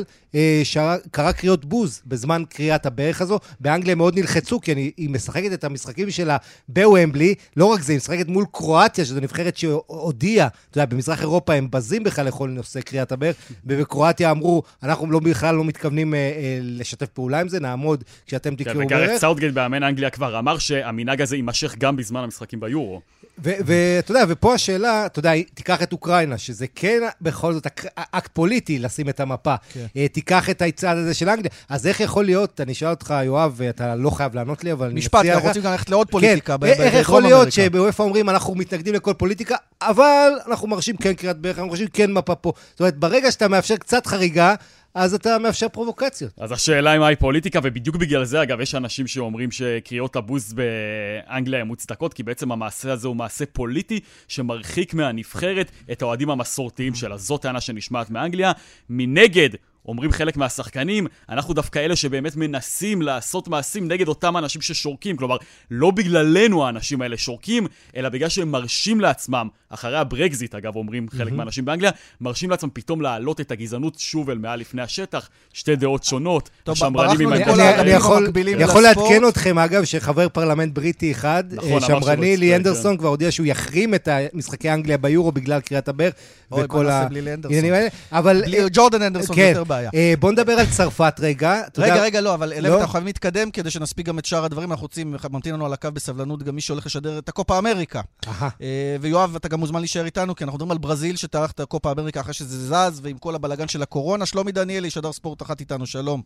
קרא קריאות בוז בזמן קריאת הברך הזו. באנגליה מאוד נלחצו, כי היא משחקת את המשחקים שלה בוומבלי. לא רק זה, היא משחקת מול קרואטיה, שזו נבחרת שהודיעה, אתה יודע, במזרח אירופה הם בזים בכלל לכל נושא קריאת הברך, ובקרואטיה אמרו, אנחנו בכלל לא מתכוונים לשתף פעולה עם זה, נעמוד כשאתם תקראו ברך. וגארט סאותגייט באמן אנגליה כבר אמר שהמנהג הזה יימשך גם בזמן המשחקים ביורו. ואתה יודע, ופה השאלה, אתה יודע, תיקח את אוקראינה, שזה כן בכל זאת אקט פוליטי לשים את המפה, תיקח את הצעד הזה של אנגליה, אז איך יכול להיות, אני אשאל אותך, יואב, ואתה לא חייב לענות לי, אבל משפט, אנחנו רוצים גם ללכת לעוד פוליטיקה. איך יכול להיות שבאופה אומרים, אנחנו מתנגדים לכל פוליטיקה, אבל אנחנו מרשים כן קריאת ברך, אנחנו מרשים כן מפה פה. זאת אומרת, ברגע שאתה מאפשר קצת חריגה, אז אתה מאפשר פרובוקציות. אז השאלה היא מהי פוליטיקה, ובדיוק בגלל זה, אגב, יש אנשים שאומרים שקריאות הבוז באנגליה הן מוצדקות, כי בעצם המעשה הזה הוא מעשה פוליטי שמרחיק מהנבחרת את האוהדים המסורתיים שלה. זאת טענה שנשמעת מאנגליה. מנגד, אומרים חלק מהשחקנים, אנחנו דווקא אלה שבאמת מנסים לעשות מעשים נגד אותם אנשים ששורקים, כלומר, לא בגללנו האנשים האלה שורקים, אלא בגלל שהם מרשים לעצמם, אחרי הברקזיט, אגב, אומרים חלק מהאנשים באנגליה, מרשים לעצמם פתאום להעלות את הגזענות שוב אל מעל לפני השטח, שתי דעות שונות, השמרנים עם אני יכול לעדכן אתכם, אגב, שחבר פרלמנט בריטי אחד, שמרני לי אנדרסון, כבר הודיע שהוא יחרים את משחקי אנגליה ביורו בגלל קריאת הברך, וכל העניינים האלה. בלי ג'ורדן אנדרסון יותר בעיה. בוא נדבר על צרפת רגע. רגע, לא, אבל אלף, אנחנו חייבים להתקדם כדי שנספיק גם את שאר הדברים. אנחנו רוצים, ממתין לנו על הקו בסבלנות גם מי שהולך לשדר את הקופה אמריקה. ויואב, אתה גם מוזמן להישאר איתנו, כי אנחנו מדברים על ברזיל שתארח את הקופה אמריקה אחרי שזה זז, ועם כל הבלגן של הקורונה. שלומי דניאלי, שדר ספורט אחת איתנו, שלום.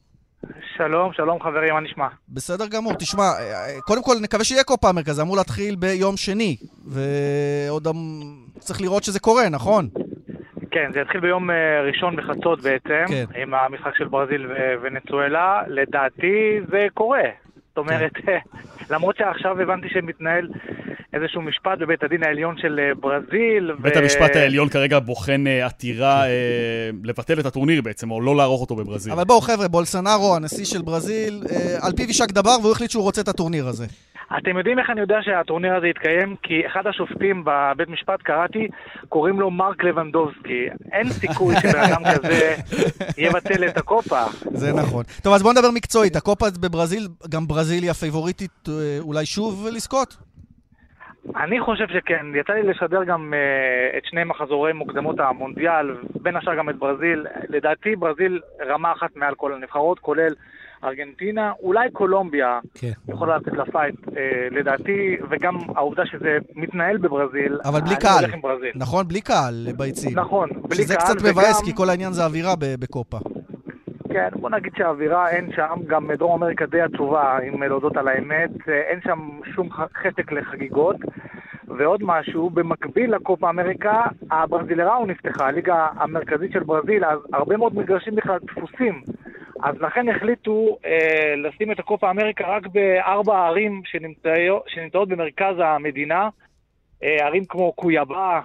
שלום חברים, מה נשמע? בסדר גמור, תשמע, קודם כל נקווה שיהיה קופה אמריקה, זה אמור להתחיל ביום שני, ועוד צריך לראות שזה קורה, נכון? כן, זה יתחיל ביום ראשון בחצות בעצם, כן. עם המשחק של ברזיל וונצואלה, לדעתי זה קורה. זאת אומרת, למרות שעכשיו הבנתי שמתנהל איזשהו משפט בבית הדין העליון של ברזיל. בית המשפט העליון כרגע בוחן עתירה לבטל את הטורניר בעצם, או לא לערוך אותו בברזיל. אבל בואו חבר'ה, בולסונארו, הנשיא של ברזיל, על פיו יישק דבר, והוא החליט שהוא רוצה את הטורניר הזה. אתם יודעים איך אני יודע שהטורניר הזה יתקיים? כי אחד השופטים בבית משפט, קראתי, קוראים לו מרק לבנדובסקי. אין סיכוי שבאדם כזה יבטל את הקופה. זה נכון. טוב, אז בואו נדבר מקצועית. הקופה בברזיל, גם ברזיל היא הפייבוריטית אולי שוב לזכות? אני חושב שכן. יצא לי לשדר גם את שני מחזורי מוקדמות המונדיאל, בין השאר גם את ברזיל. לדעתי ברזיל רמה אחת מעל כל הנבחרות, כולל ארגנטינה, אולי קולומביה יכולה לתת לפייט, לדעתי, וגם העובדה שזה מתנהל בברזיל. אבל בלי קהל, נכון? בלי קהל ביציעים. נכון, בלי קהל. שזה קצת מבאס, כי כל העניין זה אווירה בקופה. כן, בוא נגיד שהאווירה אין שם, גם דרום אמריקה די עצובה, אם להודות על האמת, אין שם שום חתק לחגיגות. ועוד משהו, במקביל לקופה אמריקה, הברזילראו נפתחה, הליגה המרכזית של ברזיל, אז הרבה מאוד מגרשים בכלל דפוסים. אז לכן החליטו לשים את הקופה אמריקה רק ב4 ערים שנמצאות במרכז המדינה, ערים כמו קויאבה,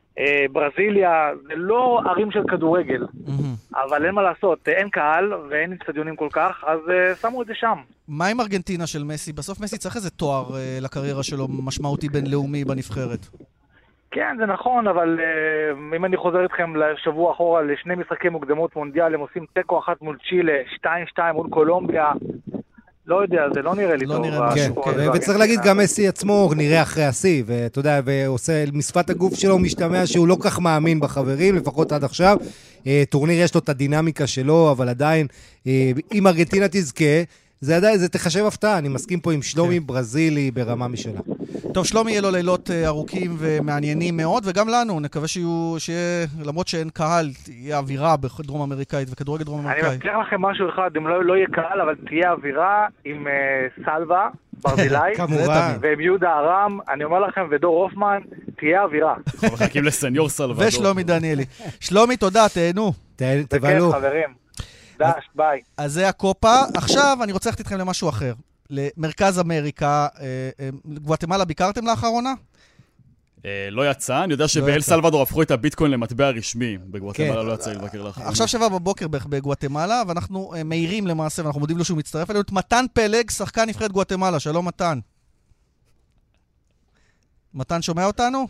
ברזיליה, זה לא ערים של כדורגל, אבל אין מה לעשות, אין קהל ואין אצטדיונים כל כך, אז שמו את זה שם. מה עם ארגנטינה של מסי? בסוף מסי צריך איזה תואר לקריירה שלו משמעותי בינלאומי בנבחרת. כן, זה נכון, אבל אם אני חוזר איתכם לשבוע אחורה, לשני משחקי מוקדמות מונדיאל, הם עושים תיקו אחת מול צ'ילה, 2-2 מול קולומביה, לא יודע, זה לא נראה לי טוב. כן, וצריך להגיד, גם מסי עצמו נראה אחרי השיא, ואתה יודע, ועושה משפט הגוף שלו משתמע שהוא לא כך מאמין בחברים, לפחות עד עכשיו. טורניר יש לו את הדינמיקה שלו, אבל עדיין, אם ארגנטינה תזכה, זה תחשב הפתעה, אני מסכים פה עם שלומי ברזילי ברמה משלה. טוב, שלומי יהיה לו לילות ארוכים ומעניינים מאוד, וגם לנו, נקווה שיהיה, למרות שאין קהל, תהיה אווירה בדרום אמריקאית וכדורגל דרום אמריקאי. אני מבטיח לכם משהו אחד, אם לא יהיה קהל, אבל תהיה אווירה עם סלווה, ברזילאי, ועם יהודה ארם, אני אומר לכם, ודור הופמן, תהיה אווירה. אנחנו מחכים לסניור סלווה. ושלומי דניאלי. שלומי, תודה, תהנו. תבלו. חברים. דש, ביי. אז זה הקופה. עכשיו אני רוצה ללכת איתכם למשהו אחר. למרכז אמריקה. גואטמלה ביקרתם לאחרונה? לא יצא. אני יודע שבאל סלבדור הפכו את הביטקוין למטבע רשמי. בגואטמלה לא יצא לבקר לאחרונה. עכשיו 7 בבוקר בגואטמלה, ואנחנו מהירים למעשה, ואנחנו מודים לו שהוא מצטרף אלינו. את מתן פלג, שחקן נבחרת גואטמלה. שלום מתן. מתן שומע אותנו?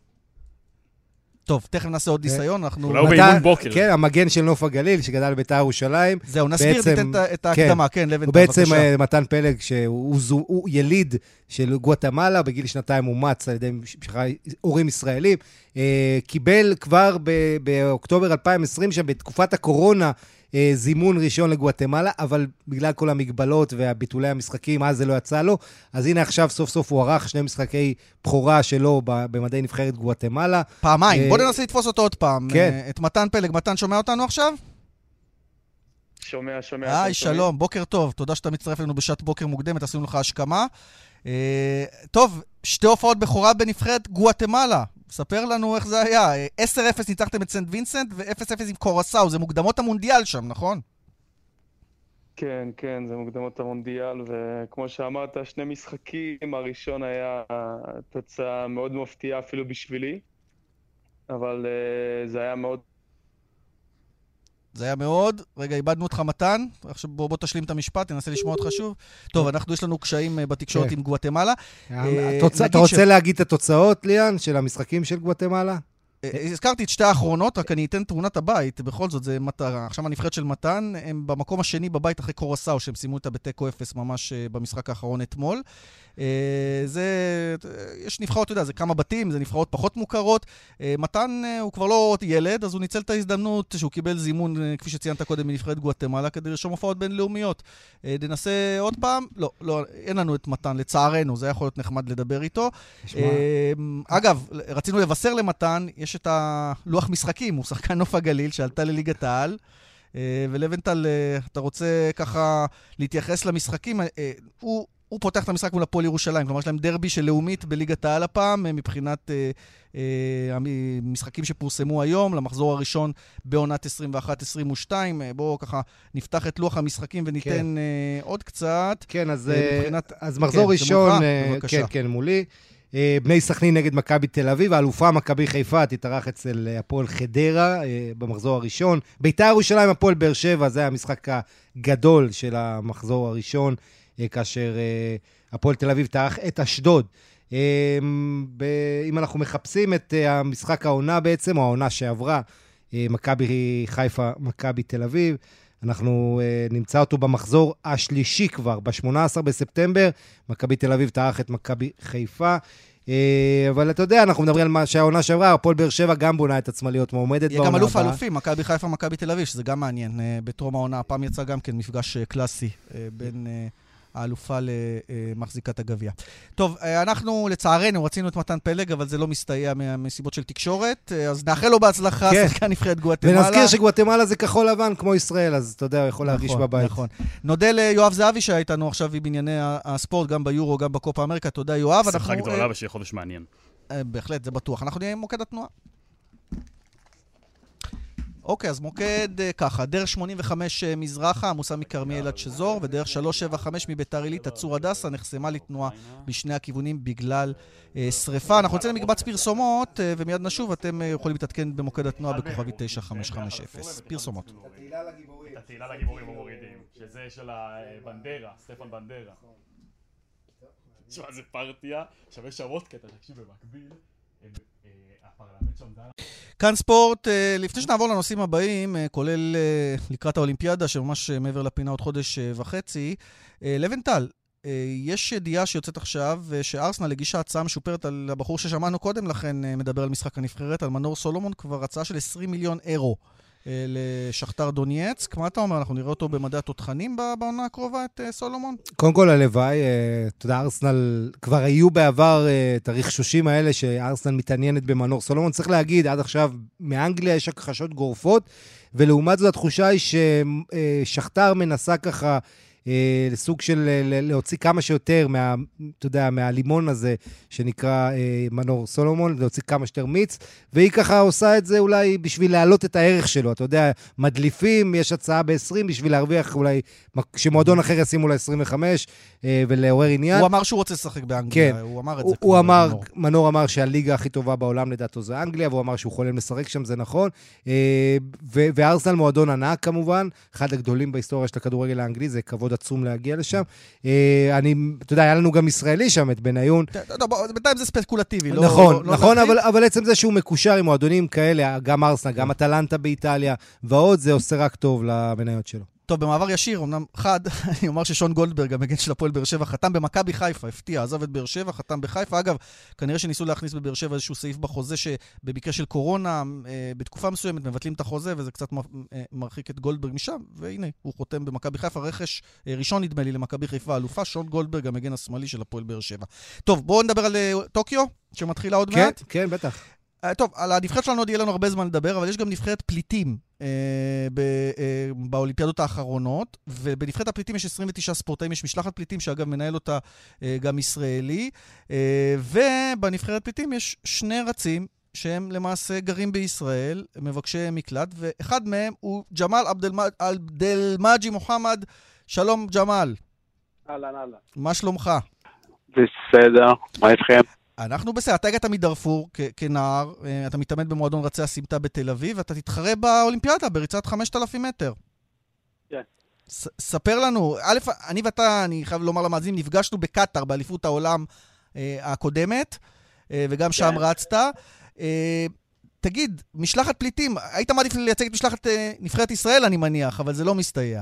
טוב, תכף נעשה עוד ניסיון, אנחנו... אולי הוא באימון בוקר. כן, המגן של נוף הגליל, שגדל בית"ר ירושלים. זהו, נסביר את ההקדמה, כן, לבן, הוא בעצם מתן פלג, שהוא יליד של גואטמלה, בגיל 2 אומץ על ידי הורים ישראלים, קיבל כבר באוקטובר 2020, שבתקופת הקורונה, זימון ראשון לגואטמלה, אבל בגלל כל המגבלות והביטולי המשחקים, אז זה לא יצא לו. אז הנה עכשיו סוף סוף הוא ערך 2 משחקי בחורה שלו במדי נבחרת גואטמלה. פעמיים, בוא ננסה לתפוס אותו עוד פעם. כן. את מתן פלג. מתן, שומע אותנו עכשיו? שומע. היי, שלום, בוקר טוב. תודה שאתה מצטרף לנו בשעת בוקר מוקדמת, עשינו לך השכמה. טוב, 2 הופעות בחורה בנבחרת גואטמלה. ספר לנו איך זה היה. 10-0 ניצחתם את סנט וינסנט ו-0-0 עם קורסאו. זה מוקדמות המונדיאל שם, נכון? כן, זה מוקדמות המונדיאל, וכמו שאמרת, 2 משחקים. הראשון היה תוצאה מאוד מפתיעה אפילו בשבילי, אבל זה היה מאוד... זה היה מאוד. רגע, איבדנו אותך מתן. עכשיו בוא תשלים את המשפט, תנסה לשמוע אותך שוב. טוב, יש לנו קשיים בתקשורת עם גואטמלה. אתה רוצה להגיד את התוצאות, ליאן, של המשחקים של גואטמלה? הזכרתי את שתי האחרונות, רק אני אתן תמונת הבית, בכל זאת זה מטרה. עכשיו הנבחרת של מתן, הם במקום השני בבית אחרי קורסאו, שהם שימו אותה בתיקו 0 ממש במשחק האחרון אתמול. יש נבחרות, אתה יודע, זה כמה בתים, זה נבחרות פחות מוכרות. מתן הוא כבר לא ילד, אז הוא ניצל את ההזדמנות שהוא קיבל זימון, כפי שציינת קודם, מנבחרת גואטמאלה, כדי לרשום הופעות בינלאומיות. ננסה עוד פעם? לא, אין לנו את מתן, לצערנו, זה יכול להיות נחמד לדבר איתו. אגב, רצינו לבשר למתן, יש את הלוח משחקים, הוא שחקן נוף הגליל, שעלתה לליגת העל, ולבנטל, אתה רוצה ככה להתייחס למשחקים, הוא פותח את המשחק מול הפועל ירושלים, כלומר יש להם דרבי של לאומית בליגת העל הפעם, מבחינת המשחקים שפורסמו היום, למחזור הראשון בעונת 21-22, בואו ככה נפתח את לוח המשחקים וניתן עוד קצת. כן, אז מחזור ראשון, כן, מולי. בני סכנין נגד מכבי תל אביב, האלופה מכבי חיפה תתארח אצל הפועל חדרה במחזור הראשון. בית"ר ירושלים, הפועל באר שבע, זה המשחק הגדול של המחזור הראשון, כאשר הפועל תל אביב תארח את אשדוד. אם אנחנו מחפשים את המשחק העונה בעצם, או העונה שעברה, מכבי חיפה, מכבי תל אביב, אנחנו נמצא אותו במחזור השלישי כבר, ב-18 בספטמבר, מכבי תל אביב תארח את מכבי חיפה, אבל אתה יודע, אנחנו מדברים על מה שהעונה שעברה, הפועל באר שבע גם בונה את עצמה להיות מועמדת בעונה הבאה. יהיה גם אלוף האלופים, מכבי חיפה, מכבי תל אביב, שזה גם מעניין. בטרום העונה, הפעם יצא גם כן מפגש קלאסי בין האלופה למחזיקת הגביע. טוב, אנחנו לצערנו רצינו את מתן פלג, אבל זה לא מסתייע מסיבות של תקשורת, אז נאחל לו בהצלחה, שחקן נבחרת גואטמלה. ונזכיר שגואטמלה זה כחול לבן כמו ישראל, אז אתה יודע, הוא יכול להרגיש בבית. נכון. נודה ליואב זהבי שהיה איתנו עכשיו בענייני הספורט, גם ביורו, גם בקופה אמריקה. תודה יואב. שמחה גדולה ושיהיה חודש מעניין. בהחלט, זה בטוח. אנחנו נהיה עם מוקד התנועה. אוקיי, אז מוקד ככה, דרך 85 מזרחה, עמוסה מכרמיאל עד שזור, ודרך 375 מביתר עילית, הצור הדסה, נחסמה לתנועה משני הכיוונים בגלל שריפה. אנחנו יוצאים למקבץ פרסומות, ומיד נשוב, אתם יכולים להתעדכן במוקד התנועה בכוכבי 9550. פרסומות. את התהילה לגיבורים המורידים, שזה של הבנדרה, סטפן בנדרה. תשמע, זה פרטיה, שווה שעות, כי אתה תקשיב במקביל. כאן ספורט, לפני שנעבור לנושאים הבאים, כולל לקראת האולימפיאדה, שממש מעבר לפינה עוד חודש וחצי, לבנטל, יש ידיעה שיוצאת עכשיו, שארסנל הגישה הצעה משופרת על הבחור ששמענו קודם לכן, מדבר על משחק הנבחרת, על מנור סולומון, כבר הצעה של 20 מיליון אירו לשכתר דונייצק. מה אתה אומר? אנחנו נראה אותו במדעי התותחנים בעונה הקרובה, את סולומון? קודם כל הלוואי, אתה יודע, ארסנל, כבר היו בעבר את הרכשושים האלה שארסנל מתעניינת במנור סולומון. צריך להגיד, עד עכשיו מאנגליה יש הכחשות גורפות, ולעומת זאת התחושה היא ששכתר מנסה ככה לסוג של להוציא כמה שיותר אתה יודע, מהלימון הזה שנקרא מנור סולומון, להוציא כמה שיותר מיץ, והיא ככה עושה את זה אולי בשביל להעלות את הערך שלו. אתה יודע, מדליפים, יש הצעה ב-20 בשביל להרוויח אולי, שמועדון אחר ישימו ל-25 ולעורר עניין. הוא אמר שהוא רוצה לשחק באנגליה, כן. הוא אמר את זה. הוא אמר, מנור אמר שהליגה הכי טובה בעולם לדעתו זה אנגליה, והוא אמר שהוא חולם לשחק שם, זה נכון. וארסנל מועדון ענק כמובן, אחד הגדולים בהיסטוריה של הכדורגל האנגלי, זה כבוד עצום להגיע לשם. אתה יודע, היה לנו גם ישראלי שם, את בניון. בינתיים זה ספקולטיבי. נכון, אבל עצם זה שהוא מקושר עם מועדונים כאלה, גם ארסנל, גם אטלנטה באיטליה, ועוד זה עושה רק טוב למניות שלו. טוב, במעבר ישיר, אמנם חד, אני אומר ששון גולדברג, המגן של הפועל באר שבע, חתם במכבי חיפה, הפתיע, עזב את באר שבע, חתם בחיפה. אגב, כנראה שניסו להכניס בבאר שבע איזשהו סעיף בחוזה, שבמקרה של קורונה, בתקופה מסוימת, מבטלים את החוזה, וזה קצת מרחיק את גולדברג משם, והנה, הוא חותם במכבי חיפה, רכש ראשון נדמה לי למכבי חיפה, אלופה, שון גולדברג, המגן השמאלי של הפועל באר שבע. טוב, בואו נדבר על טוקיו, שמתחילה עוד מעט. כן, בטח. טוב, על הנבחרת שלנו עוד יהיה לנו הרבה זמן לדבר, אבל יש גם נבחרת פליטים באולימפיאדות האחרונות, ובנבחרת הפליטים יש 29 ספורטאים, יש משלחת פליטים שאגב מנהל אותה גם ישראלי, ובנבחרת פליטים יש שני רצים שהם למעשה גרים בישראל, מבקשי מקלט, ואחד מהם הוא ג'מאל עבדלמג'י מוחמד. שלום ג'מאל. אהלן. מה שלומך? בסדר, מה איתכם? אנחנו בסדר, אתה הגעת מדרפור כנער, אתה מתאמן במועדון רצי הסמטה בתל אביב, ואתה תתחרה באולימפיאדה בריצת 5,000 מטר. כן. ספר לנו, א', אני ואתה, אני חייב לומר למאזינים, נפגשנו בקטר, באליפות העולם הקודמת, וגם שם רצת. תגיד, משלחת פליטים, היית מעדיף לייצג את משלחת נבחרת ישראל, אני מניח, אבל זה לא מסתייע.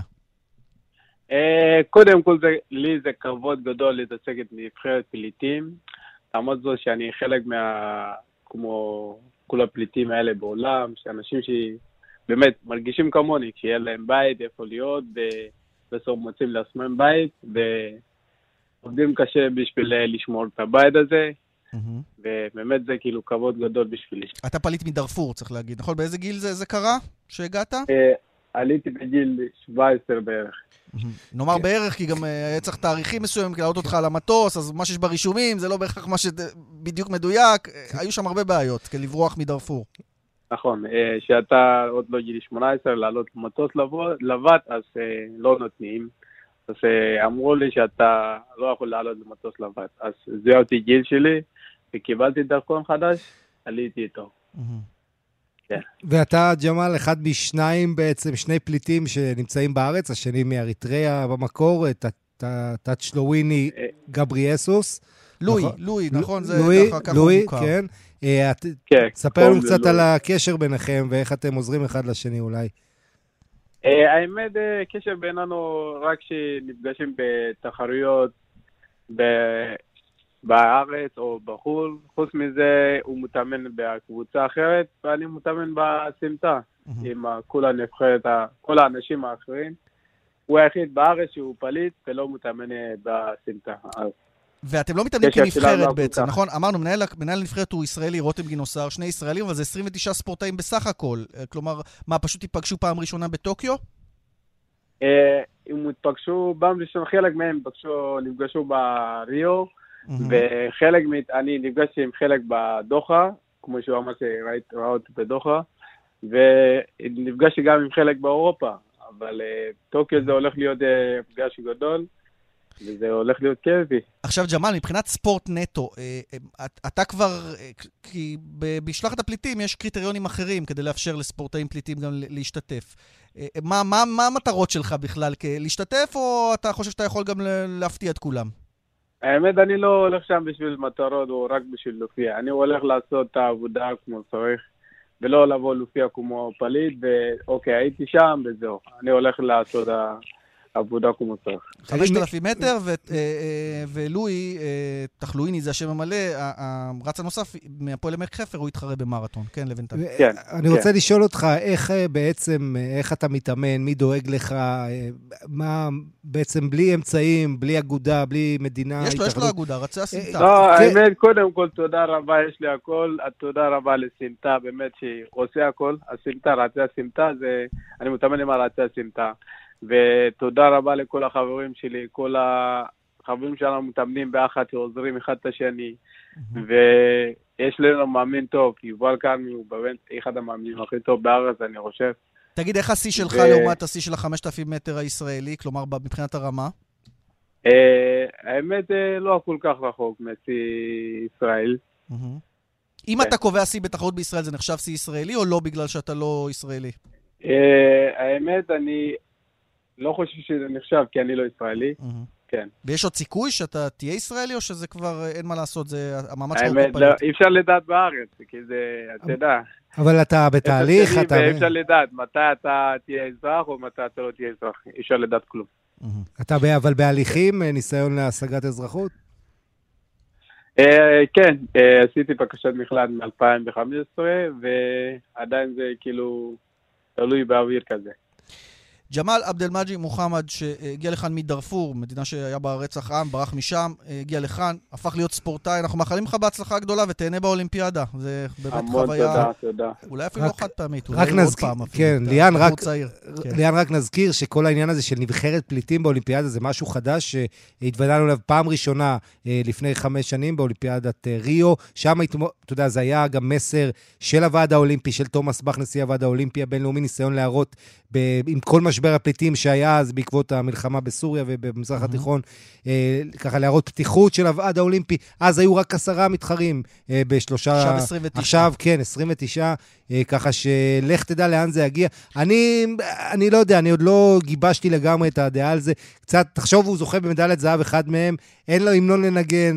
קודם כל, לי זה כבוד גדול להתעסק את נבחרת פליטים. תעמוד זו שאני חלק כמו כל הפליטים האלה בעולם, שאנשים שבאמת מרגישים כמוני, שיהיה להם בית, איפה להיות, בסוף מוצאים לעצמם בית, ועובדים קשה בשביל לשמור את הבית הזה, ובאמת זה כאילו כבוד גדול בשבילי. אתה פליט מדרפור, צריך להגיד, נכון? באיזה גיל זה קרה שהגעת? עליתי בגיל 17 בערך. נאמר בערך, כי גם היה צריך תאריכים מסוימים, להעלות אותך על המטוס, אז מה שיש ברישומים, זה לא בהכרח מה שבדיוק מדויק, היו שם הרבה בעיות, כלברוח מדרפור. נכון, שאתה עוד לא גיל 18, לעלות למטוס לבד, אז לא נותנים. אז אמרו לי שאתה לא יכול לעלות למטוס לבד. אז זה אותי גיל שלי, וקיבלתי דרכון חדש, עליתי איתו. ואתה, ג'מאל, אחד משניים בעצם, שני פליטים שנמצאים בארץ, השני מאריתריאה במקור, טאצ'לוויני גבריאסוס. לואי, נכון? זה ככה לואי, מוכר. כן. ספר לנו קצת על הקשר ביניכם, ואיך אתם עוזרים אחד לשני אולי. האמת, קשר בינינו רק שנפגשים בתחרויות בארץ או בחול. חוץ מזה הוא מתאמן בקבוצה אחרת, ואני מתאמן בסמטה עם כל הנבחרת, כל האנשים האחרים. הוא היחיד בארץ שהוא פליט ולא מתאמן בסמטה. ואתם לא מתאמנים כנבחרת בעצם, נכון? אמרנו, מנהל הנבחרת הוא ישראלי, רותם גינוסר, שני ישראלים, אבל זה 29 ספורטאים בסך הכל. כלומר, מה, פשוט ייפגשו פעם ראשונה בטוקיו? הם התפגשו פעם ראשונה, חלק מהם נפגשו בריו, וחלק, אני נפגשתי עם חלק בדוחה, כמו שהוא אמר שראה אותי בדוחה, ונפגשתי גם עם חלק באירופה, אבל טוקיו זה הולך להיות פגש גדול, וזה הולך להיות כיפי. עכשיו, ג'מאל, מבחינת ספורט נטו, אתה כבר, כי בשלחת הפליטים יש קריטריונים אחרים כדי לאפשר לספורטאים פליטים גם להשתתף. מה המטרות שלך בכלל? להשתתף, או אתה חושב שאתה יכול גם להפתיע את כולם? האמת, אני לא הולך שם בשביל מטרות, או רק בשביל להופיע. אני הולך לעשות את העבודה כמו צריך, ולא לבוא להופיע כמו פליט, ואוקיי, הייתי שם, וזהו. אני הולך לעשות עבודה כמו צריך. 5,000 מטר, ולואי, תחלואיני, זה השם המלא, הרץ הנוסף מהפועל עמק חפר, הוא יתחרה במרתון, כן, לבנטל? כן. אני רוצה לשאול אותך, איך בעצם, איך אתה מתאמן, מי דואג לך, מה בעצם בלי אמצעים, בלי אגודה, בלי מדינה? יש לו אגודה, רצי הסמטה. לא, האמת, קודם כל, תודה רבה, יש לי הכל, תודה רבה לסמטה, באמת שעושה הכל, הסמטה, רצי הסמטה, אני מתאמן עם הרצי הסמטה. ותודה רבה לכל החברים שלי, כל החברים שלנו מתאמנים ביחד, שעוזרים אחד את השני, ויש לנו מאמין טוב, כי יובל קרמי הוא באמת אחד המאמינים הכי טוב בארץ, אני חושב. תגיד, איך השיא שלך לעומת השיא של 5,000 מטר הישראלי, כלומר מבחינת הרמה? האמת לא כל כך רחוק משיא ישראל. אם אתה קובע שיא בתחרות בישראל, זה נחשב שיא ישראלי או לא בגלל שאתה לא ישראלי? האמת, אני לא חושב שזה נחשב, כי אני לא ישראלי. כן. ויש עוד סיכוי שאתה תהיה ישראלי, או שזה כבר אין מה לעשות, זה המאמץ שלך? האמת, אי אפשר לדעת בארץ, כי זה, אתה יודע. אבל אתה בתהליך, אתה... אפשר לדעת מתי אתה תהיה אזרח, או מתי אתה לא תהיה אזרח. אי אפשר לדעת כלום. אתה אבל בהליכים, ניסיון להשגת אזרחות? כן, עשיתי בקשת מכללה מ-2015, ועדיין זה כאילו תלוי באוויר כזה. ג'מאל עבדלמג'י מוחמד, שהגיע לכאן מדרפור, מדינה שהיה בה רצח עם, ברח משם, הגיע לכאן, הפך להיות ספורטאי. אנחנו מאחלים לך בהצלחה גדולה ותהנה באולימפיאדה. זה באמת חוויה... תודה. אולי אפילו לא חד פעמית, אולי עוד פעם אפילו. כן, ליאן, רק נזכיר שכל העניין הזה של נבחרת פליטים באולימפיאדה זה משהו חדש שהתוודענו אליו פעם ראשונה לפני 5 שנים באולימפיאדת ריו. שם, אתה יודע, זה היה גם מסר של הוועד האולימפי, של תומאס באך, נשיא הוועד האולימפי הבינלאומי, ניסיון להראות עם כל משבר משבר הפליטים שהיה אז בעקבות המלחמה בסוריה ובמזרח התיכון, ככה להראות פתיחות של הוועד האולימפי. אז היו רק 10 מתחרים בשלושה... עכשיו 29. עכשיו, כן, 29, ככה שלך תדע לאן זה יגיע. אני לא יודע, אני עוד לא גיבשתי לגמרי את הדעה על זה. קצת, תחשוב, הוא זוכה במדליית זהב אחד מהם, אין לו המנון לנגן,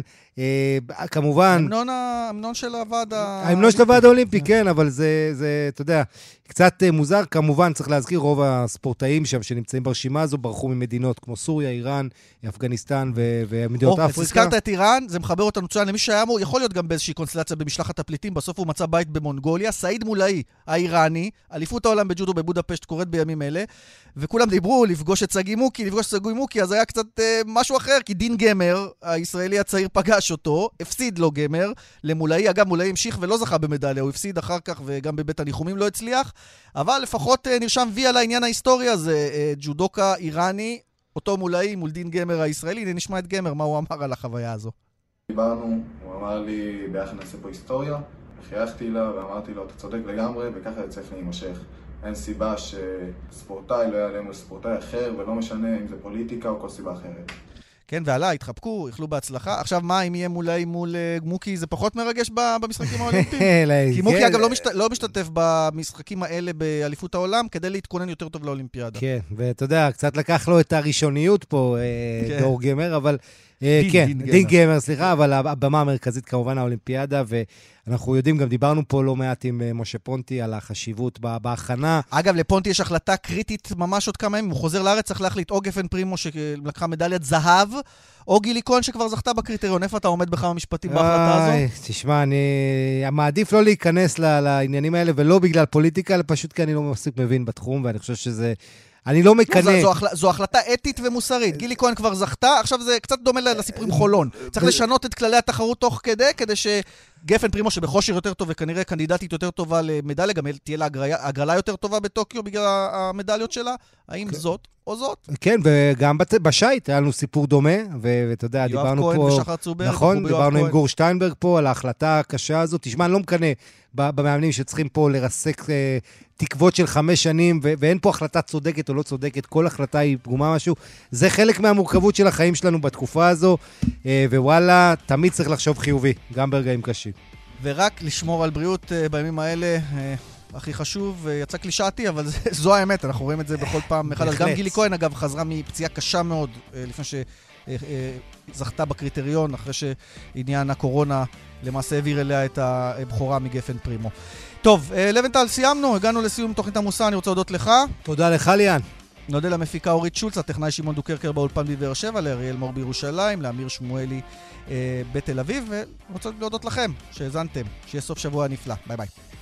כמובן... המנון של הוועד האולימפי. המנון של הוועד האולימפי, כן, אבל זה, אתה יודע, קצת מוזר. כמובן, צריך להזכיר, רוב הספורטאים שם שנמצאים ברשימה הזו, ברחו ממדינות כמו סוריה, איראן, אפגניסטן ומדינות אפריקה. הזכרת את איראן, זה מחבר אותנו צוין למי שהיה יכול להיות גם באיזושהי קונסטלציה במשלחת הפליטים, בסוף הוא מצא בית במונגוליה, סעיד מולאי, האיראני, אליפות העולם בג'ודו בבודפשט קורית בימים אלה, וכולם דיברו לפגוש את סגי מוקי, אז היה קצת משהו אחר, כי דין גמר, הישראלי הצעיר פגש אותו, הפסיד לו גמר למולאי, אגב מולאי המשיך ולא זכה במדליה, הוא הפסיד אחר כך וגם בבית הניחומים לא הצליח, אבל לפחות נרשם וי על העניין ההיסטורי הזה, ג'ודוקה איראני, אותו מולאי מול דין גמר הישראלי. הנה נשמע את גמר, מה הוא אמר על החוויה הזו. דיברנו, הוא אמר לי ביחד נעשה פה היסטוריה, חייכתי לה ואמרתי לו, אתה צודק לגמרי, וככה זה צריך להימשך. אין סיבה שספורטאי לא יעלה מול ספורטאי אחר, ולא משנה אם זה פוליטיקה או כל סיבה אחרת. כן, ועלה, התחבקו, יחלו בהצלחה. עכשיו מה, אם יהיה מולאי מול מוקי, זה פחות מרגש במשחקים האולימפיים? כי מוקי אגב לא משתתף במשחקים האלה באליפות העולם, כדי להתכונן יותר טוב לאולימפיאדה. כן, ואתה יודע, קצת לקח לו את הראשוניות פה, דור גמר, אבל... כן, דין גמר, סליחה, אבל הבמה המרכזית כמובן האולימפיאדה, ואנחנו יודעים, גם דיברנו פה לא מעט עם משה פונטי על החשיבות בהכנה. אגב, לפונטי יש החלטה קריטית ממש עוד כמה ימים, הוא חוזר לארץ, צריך להחליט או גפן פרימו שלקחה מדליית זהב, או גילי כהן שכבר זכתה בקריטריון. איפה אתה עומד בכמה משפטים בהחלטה הזו? תשמע, אני מעדיף לא להיכנס לעניינים האלה, ולא בגלל פוליטיקה, אלא פשוט כי אני לא מספיק מבין בתחום, ואני חושב שזה... אני לא מקנה... זו החלטה אתית ומוסרית. גילי כהן כבר זכתה, עכשיו זה קצת דומה לסיפורים חולון. צריך לשנות את כללי התחרות תוך כדי שגפן פרימו שבחושר יותר טוב וכנראה קנדידטית יותר טובה למדליה, גם תהיה לה הגרלה יותר טובה בטוקיו בגלל המדליות שלה. האם זאת או זאת? כן, וגם בשייט היה לנו סיפור דומה, ואתה יודע, דיברנו פה... יואב כהן ושחר צובר. נכון, דיברנו עם גור שטיינברג פה על ההחלטה הקשה הזאת. תשמע, אני לא מקנה במאמנים שצריכים פה לרסק תקוות של 5 שנים, ואין פה החלטה צודקת או לא צודקת, כל החלטה היא פגומה משהו. זה חלק מהמורכבות של החיים שלנו בתקופה הזו, ווואלה, תמיד צריך לחשוב חיובי, גם ברגעים קשים. ורק לשמור על בריאות בימים האלה, הכי חשוב, יצא קלישאתי, אבל זו האמת, אנחנו רואים את זה בכל פעם. גם גילי כהן, אגב, חזרה מפציעה קשה מאוד, לפני שזכתה בקריטריון, אחרי שעניין הקורונה למעשה העביר אליה את הבחורה מגפן פרימו. טוב, לבנטל, סיימנו, הגענו לסיום תוכנית עמוסה, אני רוצה להודות לך. תודה לך, ליאן. נודה למפיקה אורית שולץ, הטכנאי שמעון דוקרקר באולפן בבאר שבע, לאריאל מור בירושלים, לאמיר שמואלי בתל אביב, ורוצה להודות לכם שהזנתם, שיהיה סוף שבוע נפלא. ביי ביי.